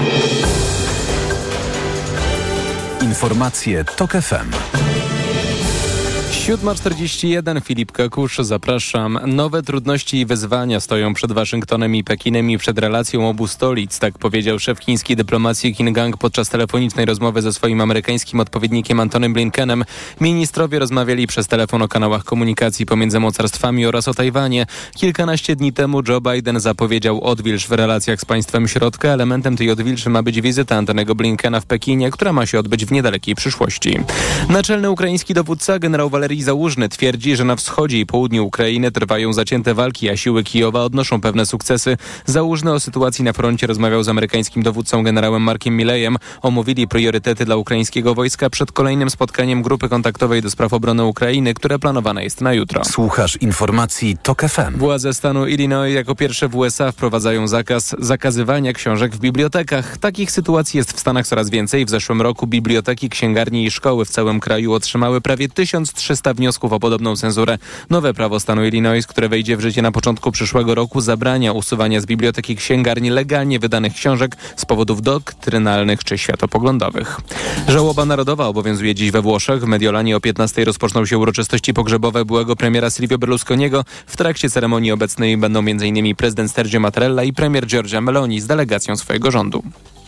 Informacje TOK F M. siódma czterdzieści jeden, Filip Kakusz, zapraszam. Nowe trudności i wyzwania stoją przed Waszyngtonem i Pekinem i przed relacją obu stolic, tak powiedział szef chińskiej dyplomacji Qin Gang podczas telefonicznej rozmowy ze swoim amerykańskim odpowiednikiem Antonym Blinkenem. Ministrowie rozmawiali przez telefon o kanałach komunikacji pomiędzy mocarstwami oraz o Tajwanie. Kilkanaście dni temu Joe Biden zapowiedział odwilż w relacjach z państwem środka. Elementem tej odwilży ma być wizyta Antonego Blinkena w Pekinie, która ma się odbyć w niedalekiej przyszłości. Naczelny ukraiński dowódca generał Walery Walerii Załużny twierdzi, że na wschodzie i południu Ukrainy trwają zacięte walki, a siły Kijowa odnoszą pewne sukcesy. Załużny o sytuacji na froncie rozmawiał z amerykańskim dowódcą generałem Markiem Milleyem. Omówili priorytety dla ukraińskiego wojska przed kolejnym spotkaniem grupy kontaktowej do spraw obrony Ukrainy, które planowane jest na jutro. Słuchasz informacji TOK F M. Władze stanu Illinois jako pierwsze w U S A wprowadzają zakaz zakazywania książek w bibliotekach. Takich sytuacji jest w Stanach coraz więcej. W zeszłym roku biblioteki, księgarnie i szkoły w całym kraju otrzymały prawie tysiąc trzysta wniosków o podobną cenzurę. Nowe prawo stanu Illinois, które wejdzie w życie na początku przyszłego roku, zabrania usuwania z biblioteki księgarni legalnie wydanych książek z powodów doktrynalnych czy światopoglądowych. Żałoba narodowa obowiązuje dziś we Włoszech. W Mediolanie o piętnastej rozpoczną się uroczystości pogrzebowe byłego premiera Silvio Berlusconiego. W trakcie ceremonii obecnej będą m in prezydent Sergio Mattarella i premier Giorgia Meloni z delegacją swojego rządu.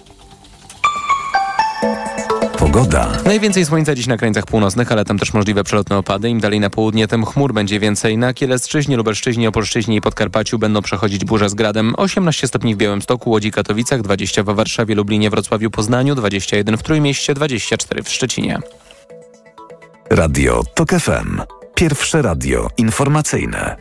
Pogoda. Najwięcej słońca dziś na krańcach północnych, ale tam też możliwe przelotne opady. Im dalej na południe, tym chmur będzie więcej. Na Kielecczyźnie, Lubelszczyźnie, Opolszczyźnie i Podkarpaciu będą przechodzić burze z gradem. osiemnaście stopni w Białymstoku, Łodzi, Katowicach, dwadzieścia w Warszawie, Lublinie, Wrocławiu, Poznaniu, dwadzieścia jeden w Trójmieście, dwadzieścia cztery w Szczecinie. Radio TOK F M. Pierwsze radio informacyjne.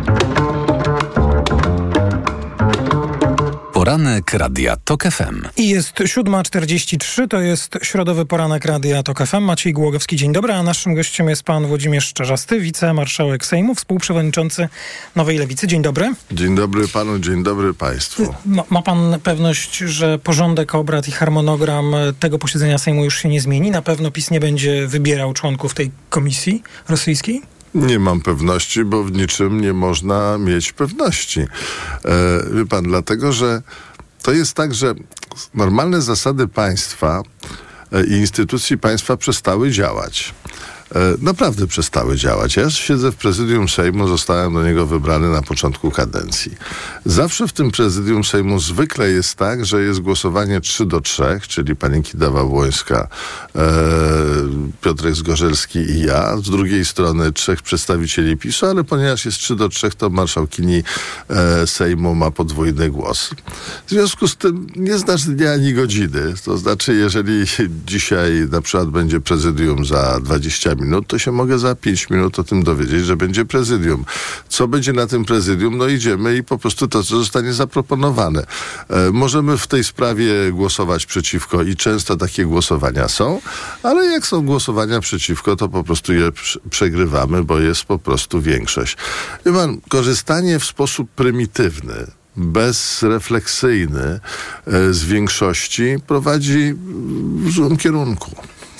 Poranek Radia TOK F M. I jest siódma czterdzieści trzy, to jest środowy poranek Radia TOK F M. Maciej Głogowski, dzień dobry, a naszym gościem jest pan Włodzimierz Czarzasty, wicemarszałek Sejmu, współprzewodniczący Nowej Lewicy. Dzień dobry. Dzień dobry panu, dzień dobry państwu. Ma, ma pan pewność, że porządek obrad i harmonogram tego posiedzenia Sejmu już się nie zmieni? Na pewno PiS nie będzie wybierał członków tej komisji rosyjskiej? Nie mam pewności, bo w niczym nie można mieć pewności. E, wie pan, dlatego, że to jest tak, że normalne zasady państwa e, i instytucji państwa przestały działać. E, naprawdę przestały działać. Ja siedzę w prezydium Sejmu, zostałem do niego wybrany na początku kadencji. Zawsze w tym prezydium Sejmu zwykle jest tak, że jest głosowanie trzy do trzech, czyli pani Kidawa-Błońska, e, Piotrek Zgorzelski i ja. Z drugiej strony trzech przedstawicieli PiSu, ale ponieważ jest trzy do trzech, to marszałkini e, Sejmu ma podwójny głos. W związku z tym nie znasz dnia ani godziny. To znaczy, jeżeli dzisiaj na przykład będzie prezydium za dwadzieścia minut, to się mogę za pięć minut o tym dowiedzieć, że będzie prezydium. Co będzie na tym prezydium? No idziemy i po prostu to, co zostanie zaproponowane. E, możemy w tej sprawie głosować przeciwko i często takie głosowania są, ale jak są głosowania przeciwko, to po prostu je przegrywamy, bo jest po prostu większość. Wie pan, korzystanie w sposób prymitywny, bezrefleksyjny e, z większości prowadzi w złym kierunku.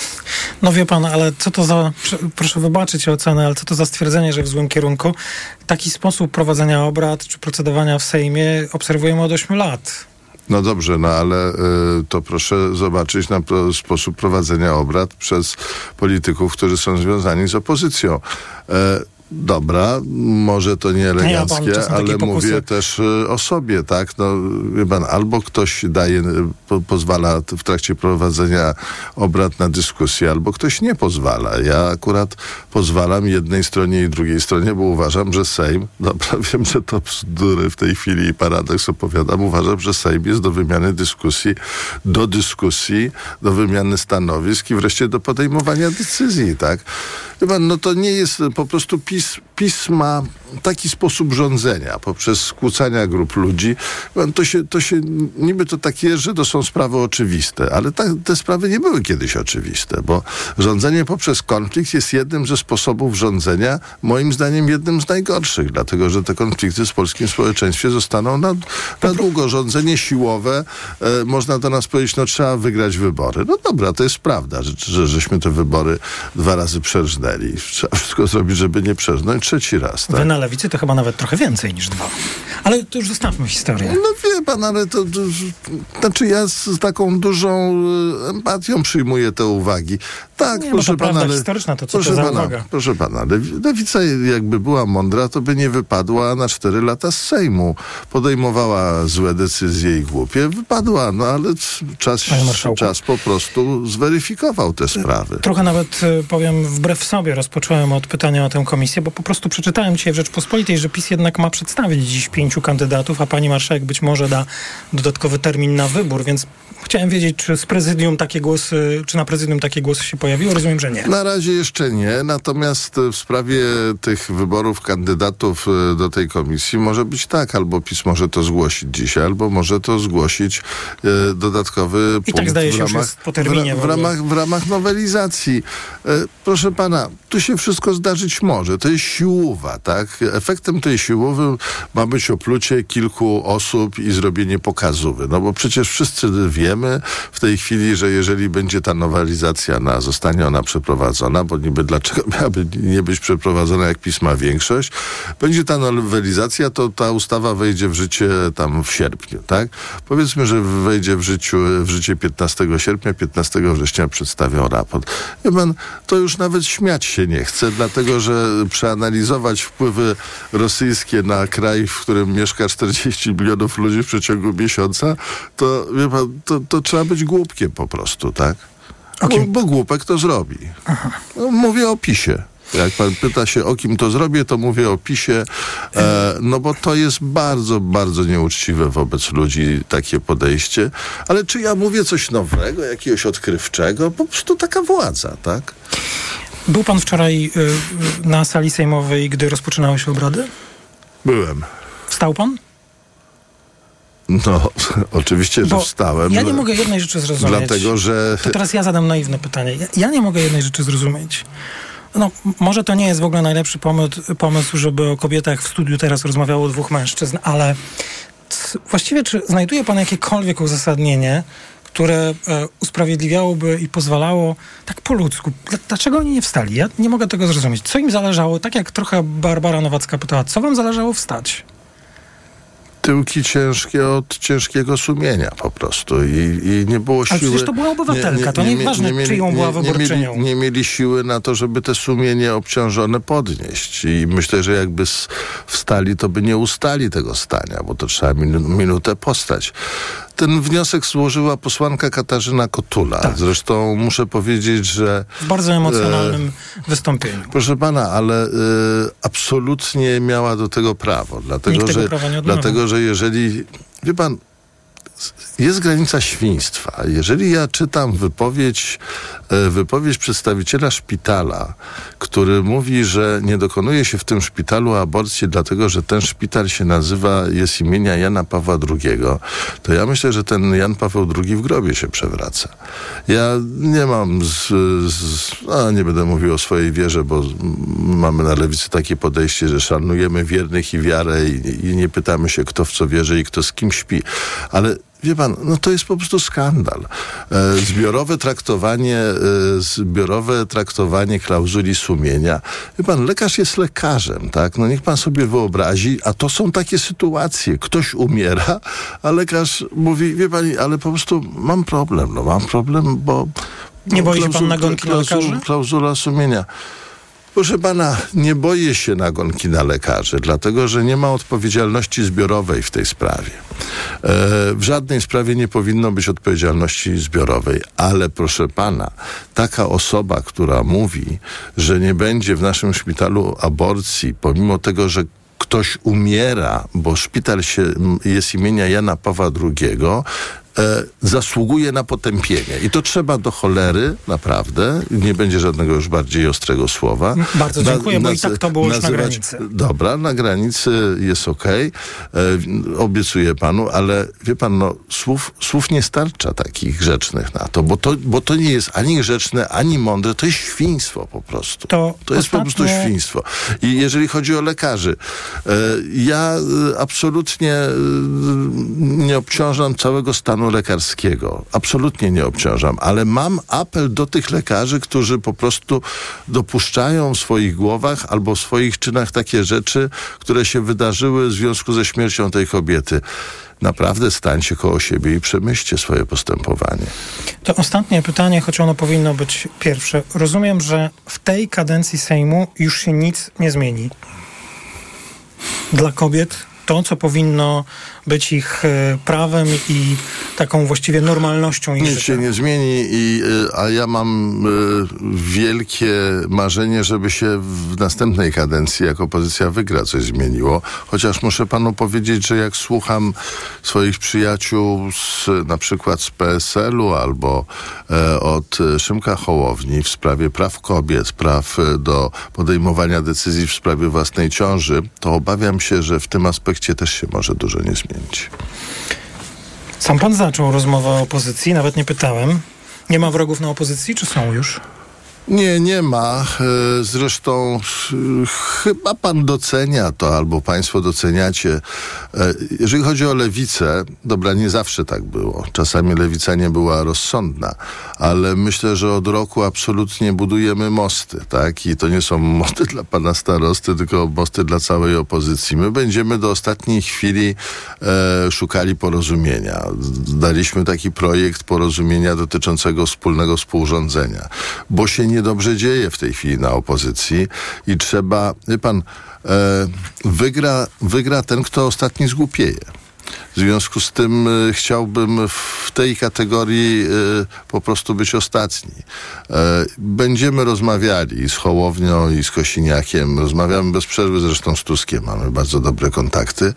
No wie pan, ale co to za, proszę wybaczyć ocenę, ale co to za stwierdzenie, że w złym kierunku? Taki sposób prowadzenia obrad czy procedowania w Sejmie obserwujemy od ośmiu lat. No dobrze, no ale y, to proszę zobaczyć na pro, sposób prowadzenia obrad przez polityków, którzy są związani z opozycją. Y, Dobra, może to nie eleganckie, ja ale mówię też y, o sobie, tak? No, wie pan, albo ktoś daje, po, pozwala w trakcie prowadzenia obrad na dyskusję, albo ktoś nie pozwala. Ja akurat pozwalam jednej stronie i drugiej stronie, bo uważam, że Sejm, dobra, wiem, że to bzdury w tej chwili i paradoks opowiadam, uważam, że Sejm jest do wymiany dyskusji, do dyskusji, do wymiany stanowisk i wreszcie do podejmowania decyzji, tak? Wie pan, no to nie jest po prostu PiS PiS ma taki sposób rządzenia poprzez skłócania grup ludzi. To się, to się, niby to tak jest, że to są sprawy oczywiste, ale ta, te sprawy nie były kiedyś oczywiste, bo rządzenie poprzez konflikt jest jednym ze sposobów rządzenia, moim zdaniem jednym z najgorszych, dlatego że te konflikty w polskim społeczeństwie zostaną na, na długo. Rządzenie siłowe, e, można do nas powiedzieć, no trzeba wygrać wybory. No dobra, to jest prawda, że, że żeśmy te wybory dwa razy przerżnęli. Trzeba wszystko zrobić, żeby nie przerżnąć trzeci raz. Tak? Wy na Lewicy to chyba nawet trochę więcej niż dwa. Ale to już zostawmy historię. No wie pan, ale to, to, to znaczy ja z taką dużą empatią przyjmuję te uwagi. Tak, nie, proszę no to pana, ale, historyczna, to co proszę to za pana, uwaga? proszę pana, Lewica jakby była mądra, to by nie wypadła na cztery lata z Sejmu. Podejmowała złe decyzje i głupie, wypadła, no ale czas, czas po prostu zweryfikował te sprawy. Trochę nawet powiem wbrew sobie. sobie rozpocząłem od pytania o tę komisję, bo po prostu przeczytałem dzisiaj w Rzeczpospolitej, że PiS jednak ma przedstawić dziś pięciu kandydatów, a pani marszałek być może da dodatkowy termin na wybór, więc chciałem wiedzieć, czy z prezydium takie głosy, czy na prezydium takie głosy się pojawiły? Rozumiem, że nie. Na razie jeszcze nie, natomiast w sprawie tych wyborów kandydatów do tej komisji może być tak, albo PiS może to zgłosić dzisiaj, albo może to zgłosić e, dodatkowy I punkt tak zdaje się, w ramach, już jest po terminie w, w, w, ramach, w ramach nowelizacji. E, proszę pana, tu się wszystko zdarzyć może. To jest siłówa, tak? Efektem tej siłówy ma być oplucie kilku osób i zrobienie pokazówy. No bo przecież wszyscy wiemy w tej chwili, że jeżeli będzie ta nowelizacja na, zostanie ona przeprowadzona, bo niby dlaczego miałaby nie być przeprowadzona, jak PiS ma większość, będzie ta nowelizacja, to ta ustawa wejdzie w życie tam w sierpniu, tak? Powiedzmy, że wejdzie w, życiu, w życie piętnastego sierpnia, piętnastego września przedstawią raport. Wie pan, to już nawet śmiać się nie chce, dlatego, że przeanalizować wpływy rosyjskie na kraj, w którym mieszka czterdzieści milionów ludzi w przeciągu miesiąca, to, wie pan, to, to trzeba być głupkiem po prostu, tak? Bo, bo głupek to zrobi. No, mówię o PiSie. Jak pan pyta się, o kim to zrobię, to mówię o PiSie, e, no bo to jest bardzo, bardzo nieuczciwe wobec ludzi takie podejście. Ale czy ja mówię coś nowego, jakiegoś odkrywczego? Po prostu taka władza, tak? Był pan wczoraj y, na sali sejmowej, gdy rozpoczynały się obrady? Byłem. Wstał pan? No, oczywiście, że Bo wstałem. Ja nie mogę jednej rzeczy zrozumieć. Dlatego, że... To teraz ja zadam naiwne pytanie. Ja, ja nie mogę jednej rzeczy zrozumieć. No, może to nie jest w ogóle najlepszy pomysł, pomysł, żeby o kobietach w studiu teraz rozmawiało dwóch mężczyzn, ale c- właściwie czy znajduje pan jakiekolwiek uzasadnienie, które e, usprawiedliwiałoby i pozwalało tak po ludzku? Dlaczego oni nie wstali? Ja nie mogę tego zrozumieć. Co im zależało? Tak jak trochę Barbara Nowacka pytała, co wam zależało wstać? Tyłki ciężkie od ciężkiego sumienia po prostu i, i nie było siły... Ale przecież to była obywatelka, nie, nie, to nieważne, nie czyją była wyborczynią. Nie mieli, nie mieli siły na to, żeby te sumienie obciążone podnieść i myślę, że jakby wstali, to by nie ustali tego stania, bo to trzeba minu- minutę postać. Ten wniosek złożyła posłanka Katarzyna Kotula. Tak. Zresztą muszę powiedzieć, że... W bardzo emocjonalnym e, wystąpieniu. Proszę pana, ale e, absolutnie miała do tego prawo. Dlatego, Nikt że, tego prawa nie odmawia. dlatego, że jeżeli... Wie pan, jest granica świństwa. Jeżeli ja czytam wypowiedź, wypowiedź przedstawiciela szpitala, który mówi, że nie dokonuje się w tym szpitalu aborcji, dlatego że ten szpital się nazywa, jest imienia Jana Pawła drugiego, to ja myślę, że ten Jan Paweł drugi w grobie się przewraca. Ja nie mam z, z, a nie będę mówił o swojej wierze, bo mamy na lewicy takie podejście, że szanujemy wiernych i wiarę i, i nie pytamy się, kto w co wierzy i kto z kim śpi. Ale wie pan, no to jest po prostu skandal. E, zbiorowe traktowanie, e, zbiorowe traktowanie klauzuli sumienia. Wie pan, lekarz jest lekarzem, tak? No niech pan sobie wyobrazi, a to są takie sytuacje. Ktoś umiera, a lekarz mówi, wie pani, ale po prostu mam problem, no mam problem, bo... Nie boi się pan nagonki na lekarzy? Klauzula sumienia. Proszę pana, nie boję się nagonki na lekarzy, dlatego że nie ma odpowiedzialności zbiorowej w tej sprawie. E, w żadnej sprawie nie powinno być odpowiedzialności zbiorowej, ale proszę pana, taka osoba, która mówi, że nie będzie w naszym szpitalu aborcji, pomimo tego, że ktoś umiera, bo szpital się, jest imienia Jana Pawła drugiego, E, zasługuje na potępienie. I to trzeba do cholery, naprawdę. Nie będzie żadnego już bardziej ostrego słowa. Bardzo dziękuję, na, bo i tak to było nazywać, już na granicy. Dobra, na granicy jest okej. Okay. Obiecuję panu, ale wie pan, no, słów, słów nie starcza takich grzecznych na to, bo to, bo to nie jest ani grzeczne, ani mądre, to jest świństwo po prostu. To, to jest ostatnie... po prostu świństwo. I jeżeli chodzi o lekarzy, e, ja absolutnie nie obciążam całego stanu lekarskiego. Absolutnie nie obciążam, ale mam apel do tych lekarzy, którzy po prostu dopuszczają w swoich głowach albo w swoich czynach takie rzeczy, które się wydarzyły w związku ze śmiercią tej kobiety. Naprawdę stańcie koło siebie i przemyślcie swoje postępowanie. To ostatnie pytanie, choć ono powinno być pierwsze. Rozumiem, że w tej kadencji Sejmu już się nic nie zmieni. Dla kobiet to, co powinno być ich e, prawem i taką właściwie normalnością ich Nic życia. się nie zmieni, i, a ja mam y, wielkie marzenie, żeby się w następnej kadencji, jak opozycja wygra, coś zmieniło. Chociaż muszę panu powiedzieć, że jak słucham swoich przyjaciół z, na przykład z P S L u albo e, od Szymka Hołowni w sprawie praw kobiet, praw do podejmowania decyzji w sprawie własnej ciąży, to obawiam się, że w tym aspekcie też się może dużo nie zmienić. Sam pan zaczął rozmowę o opozycji, nawet nie pytałem. Nie ma wrogów na opozycji, czy są już? Nie, nie ma. Zresztą chyba pan docenia to, albo państwo doceniacie. Jeżeli chodzi o lewicę, dobra, nie zawsze tak było. Czasami lewica nie była rozsądna, ale myślę, że od roku absolutnie budujemy mosty, tak? I to nie są mosty dla pana starosty, tylko mosty dla całej opozycji. My będziemy do ostatniej chwili e, szukali porozumienia. Daliśmy taki projekt porozumienia dotyczącego wspólnego współrządzenia, bo się niedobrze dzieje w tej chwili na opozycji i trzeba, wie pan, e, wygra, wygra ten, kto ostatni zgłupieje. W związku z tym e, chciałbym w tej kategorii e, po prostu być ostatni. E, będziemy rozmawiali z Hołownią i z Kosiniakiem. Rozmawiamy bez przerwy, zresztą z Tuskiem mamy bardzo dobre kontakty.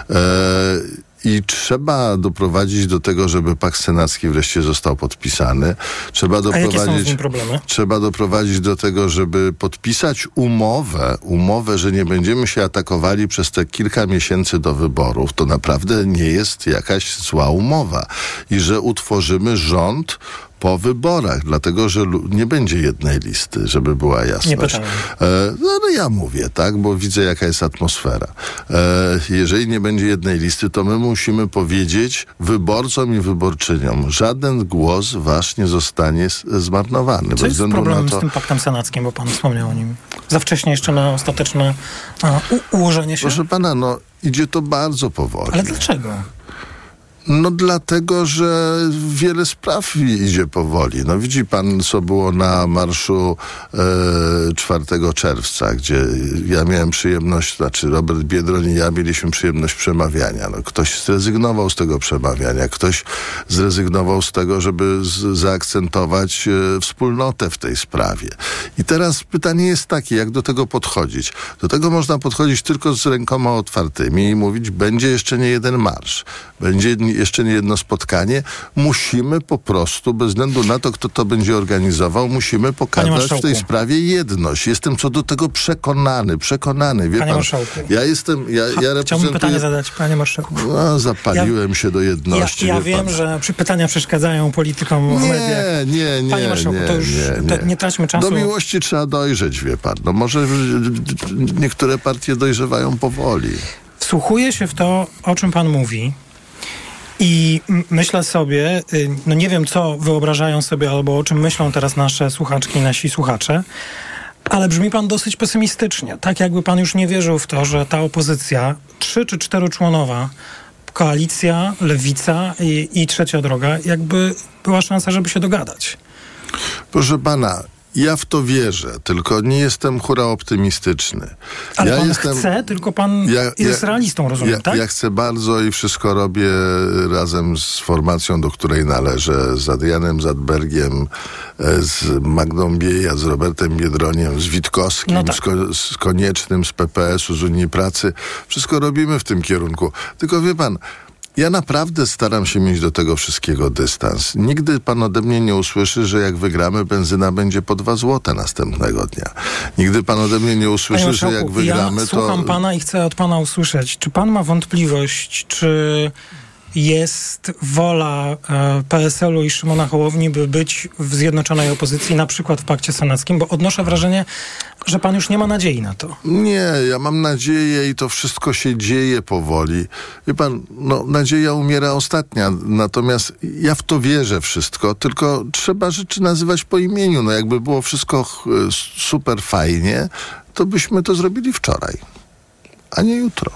E, I trzeba doprowadzić do tego, żeby pakt senacki wreszcie został podpisany. Trzeba doprowadzić, A jakie są z nim problemy? Trzeba doprowadzić do tego, żeby podpisać umowę, umowę, że nie będziemy się atakowali przez te kilka miesięcy do wyborów. To naprawdę nie jest jakaś zła umowa. I że utworzymy rząd po wyborach, dlatego, że nie będzie jednej listy, żeby była jasność. Nie pytałem. E, no, no ja mówię, tak, bo widzę, jaka jest atmosfera. E, jeżeli nie będzie jednej listy, to my musimy powiedzieć wyborcom i wyborczyniom, żaden głos wasz nie zostanie zmarnowany. Co jest problemem na to... z tym paktem senackim, bo pan wspomniał o nim? Za wcześnie jeszcze na ostateczne a, u- ułożenie się? Proszę pana, no idzie to bardzo powoli. Ale dlaczego? No dlatego, że wiele spraw idzie powoli. No widzi pan, co było na marszu e, czwartego czerwca, gdzie ja miałem przyjemność, znaczy Robert Biedroń i ja mieliśmy przyjemność przemawiania. No, ktoś zrezygnował z tego przemawiania, ktoś zrezygnował z tego, żeby z, zaakcentować e, wspólnotę w tej sprawie. I teraz pytanie jest takie, jak do tego podchodzić? Do tego można podchodzić tylko z rękoma otwartymi i mówić, będzie jeszcze nie jeden marsz, będzie jeszcze nie jedno spotkanie. Musimy po prostu, bez względu na to, kto to będzie organizował, musimy pokazać w tej sprawie jedność. Jestem co do tego przekonany, przekonany. Wie Panie pan, marszałku. ja jestem, ja, ja reprezentuję... Chciałbym pytanie zadać, panie marszałku. No, zapaliłem ja, się do jedności. Ja, ja wiem, pan. że przy pytania przeszkadzają politykom w nie, mediach. Nie, nie, Panie marszałku, nie, to już nie, nie. To nie traćmy czasu. Do miłości trzeba dojrzeć, wie pan. No może niektóre partie dojrzewają powoli. Wsłuchuję się w to, o czym pan mówi. I myślę sobie, no nie wiem, co wyobrażają sobie albo o czym myślą teraz nasze słuchaczki i nasi słuchacze, ale brzmi pan dosyć pesymistycznie. Tak jakby pan już nie wierzył w to, że ta opozycja, trzy czy czteroczłonowa, koalicja, lewica i, i trzecia droga, jakby była szansa, żeby się dogadać. Proszę pana, ja w to wierzę, tylko nie jestem hura optymistyczny. Ale ja pan jestem, chce, tylko pan ja, jest ja, realistą, rozumiem, ja, tak? Ja chcę bardzo i wszystko robię razem z formacją, do której należę, z Adrianem Zadbergiem, z Magdą Bieja, z Robertem Biedroniem, z Witkowskim, no tak. z, Ko- z Koniecznym, z P P S u, z Unii Pracy. Wszystko robimy w tym kierunku. Tylko wie pan, ja naprawdę staram się mieć do tego wszystkiego dystans. Nigdy pan ode mnie nie usłyszy, że jak wygramy, benzyna będzie po dwa złote następnego dnia. Nigdy pan ode mnie nie usłyszy, że jak wygramy, ja to... słucham pana i chcę od pana usłyszeć, czy pan ma wątpliwość, czy jest wola e, P S L u i Szymona Hołowni, by być w zjednoczonej opozycji, na przykład w pakcie senackim, bo odnoszę wrażenie, że pan już nie ma nadziei na to. Nie, ja mam nadzieję i to wszystko się dzieje powoli. Wie pan, no nadzieja umiera ostatnia, natomiast ja w to wierzę wszystko, tylko trzeba rzeczy nazywać po imieniu. No jakby było wszystko super fajnie, to byśmy to zrobili wczoraj, a nie jutro.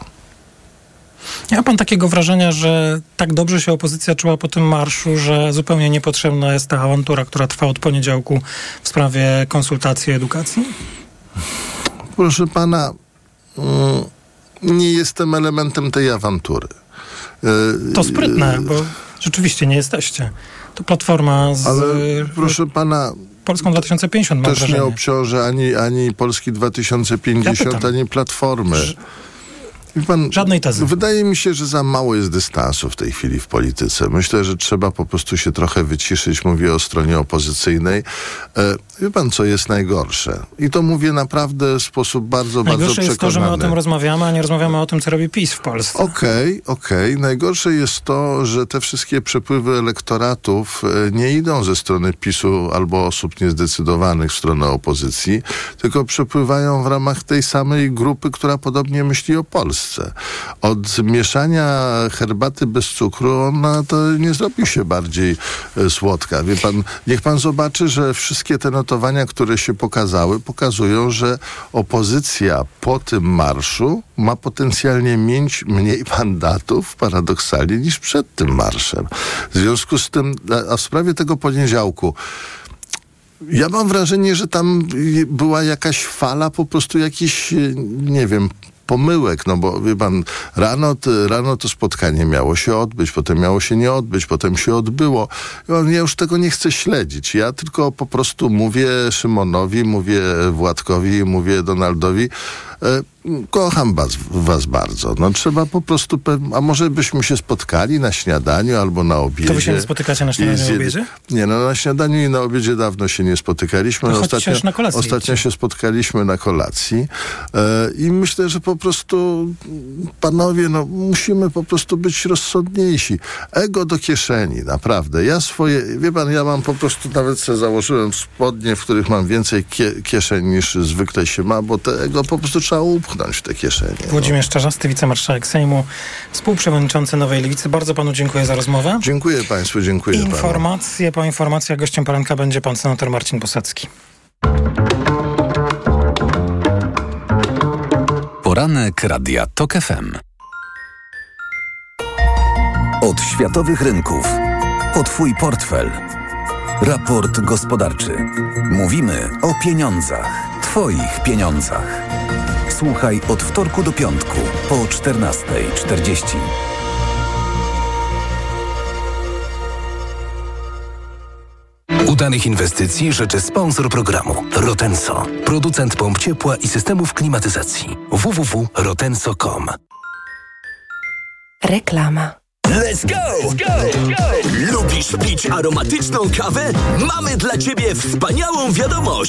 Nie ma pan takiego wrażenia, że tak dobrze się opozycja czuła po tym marszu, że zupełnie niepotrzebna jest ta awantura, która trwa od poniedziałku w sprawie konsultacji i edukacji? Proszę pana, nie jestem elementem tej awantury. To sprytne, bo rzeczywiście nie jesteście. To Platforma z... Ale proszę pana... Polską dwa tysiące pięćdziesiąt mam też wrażenie. nie obciążę ani, ani Polski dwa tysiące pięćdziesiąt, Ja ani Platformy. Ż- Wie pan, Żadnej tezy. Wydaje mi się, że za mało jest dystansu w tej chwili w polityce. Myślę, że trzeba po prostu się trochę wyciszyć. Mówię o stronie opozycyjnej. E, wie pan, co jest najgorsze? I to mówię naprawdę w sposób bardzo, bardzo Najgorsze przekonany. jest to, że my o tym rozmawiamy, a nie rozmawiamy o tym, co robi PiS w Polsce. Okej, okay, okej. Okay. Najgorsze jest to, że te wszystkie przepływy elektoratów e, nie idą ze strony PiSu albo osób niezdecydowanych w stronę opozycji, tylko przepływają w ramach tej samej grupy, która podobnie myśli o Polsce. Od mieszania herbaty bez cukru ona to nie zrobi się bardziej e, słodka. Wie pan, niech pan zobaczy, że wszystkie te notowania, które się pokazały, pokazują, że opozycja po tym marszu ma potencjalnie mieć mniej mandatów, paradoksalnie, niż przed tym marszem. W związku z tym, a w sprawie tego poniedziałku, ja mam wrażenie, że tam była jakaś fala, po prostu jakiś, nie wiem, pomyłek, no bo wie pan, rano, to, rano to spotkanie miało się odbyć, potem miało się nie odbyć, potem się odbyło. Ja już tego nie chcę śledzić. Ja tylko po prostu mówię Szymonowi, mówię Władkowi, mówię Donaldowi, e, kocham was, was bardzo. No trzeba po prostu, pe- a może byśmy się spotkali na śniadaniu albo na obiedzie. To wy się nie spotykacie na śniadaniu i na obiedzie? Nie, no na śniadaniu i na obiedzie dawno się nie spotykaliśmy. To ostatnio na kolację ostatnio się spotkaliśmy na kolacji e, i myślę, że po prostu panowie, no musimy po prostu być rozsądniejsi. Ego do kieszeni, naprawdę. Ja swoje, wie pan, ja mam po prostu, nawet sobie założyłem spodnie, w których mam więcej kie- kieszeń niż zwykle się ma, bo te ego po prostu trzeba upchnąć w te kieszenie. Włodzimierz Czarzasty, wicemarszałek Sejmu, współprzewodniczący Nowej Lewicy. Bardzo panu dziękuję za rozmowę. Dziękuję państwu, dziękuję panu. Informacje po informacjach. Gościem poranka będzie pan senator Marcin Bosacki. Poranek Radia Tok F M. Od światowych rynków po twój portfel. Raport gospodarczy. Mówimy o pieniądzach. Twoich pieniądzach. Słuchaj od wtorku do piątku po czternasta czterdzieści. Udanych inwestycji życzy sponsor programu Rotenso, producent pomp ciepła i systemów klimatyzacji. w w w kropka rotenso kropka com. Reklama. Let's go! Let's go! Let's go! Lubisz pić aromatyczną kawę? Mamy dla ciebie wspaniałą wiadomość!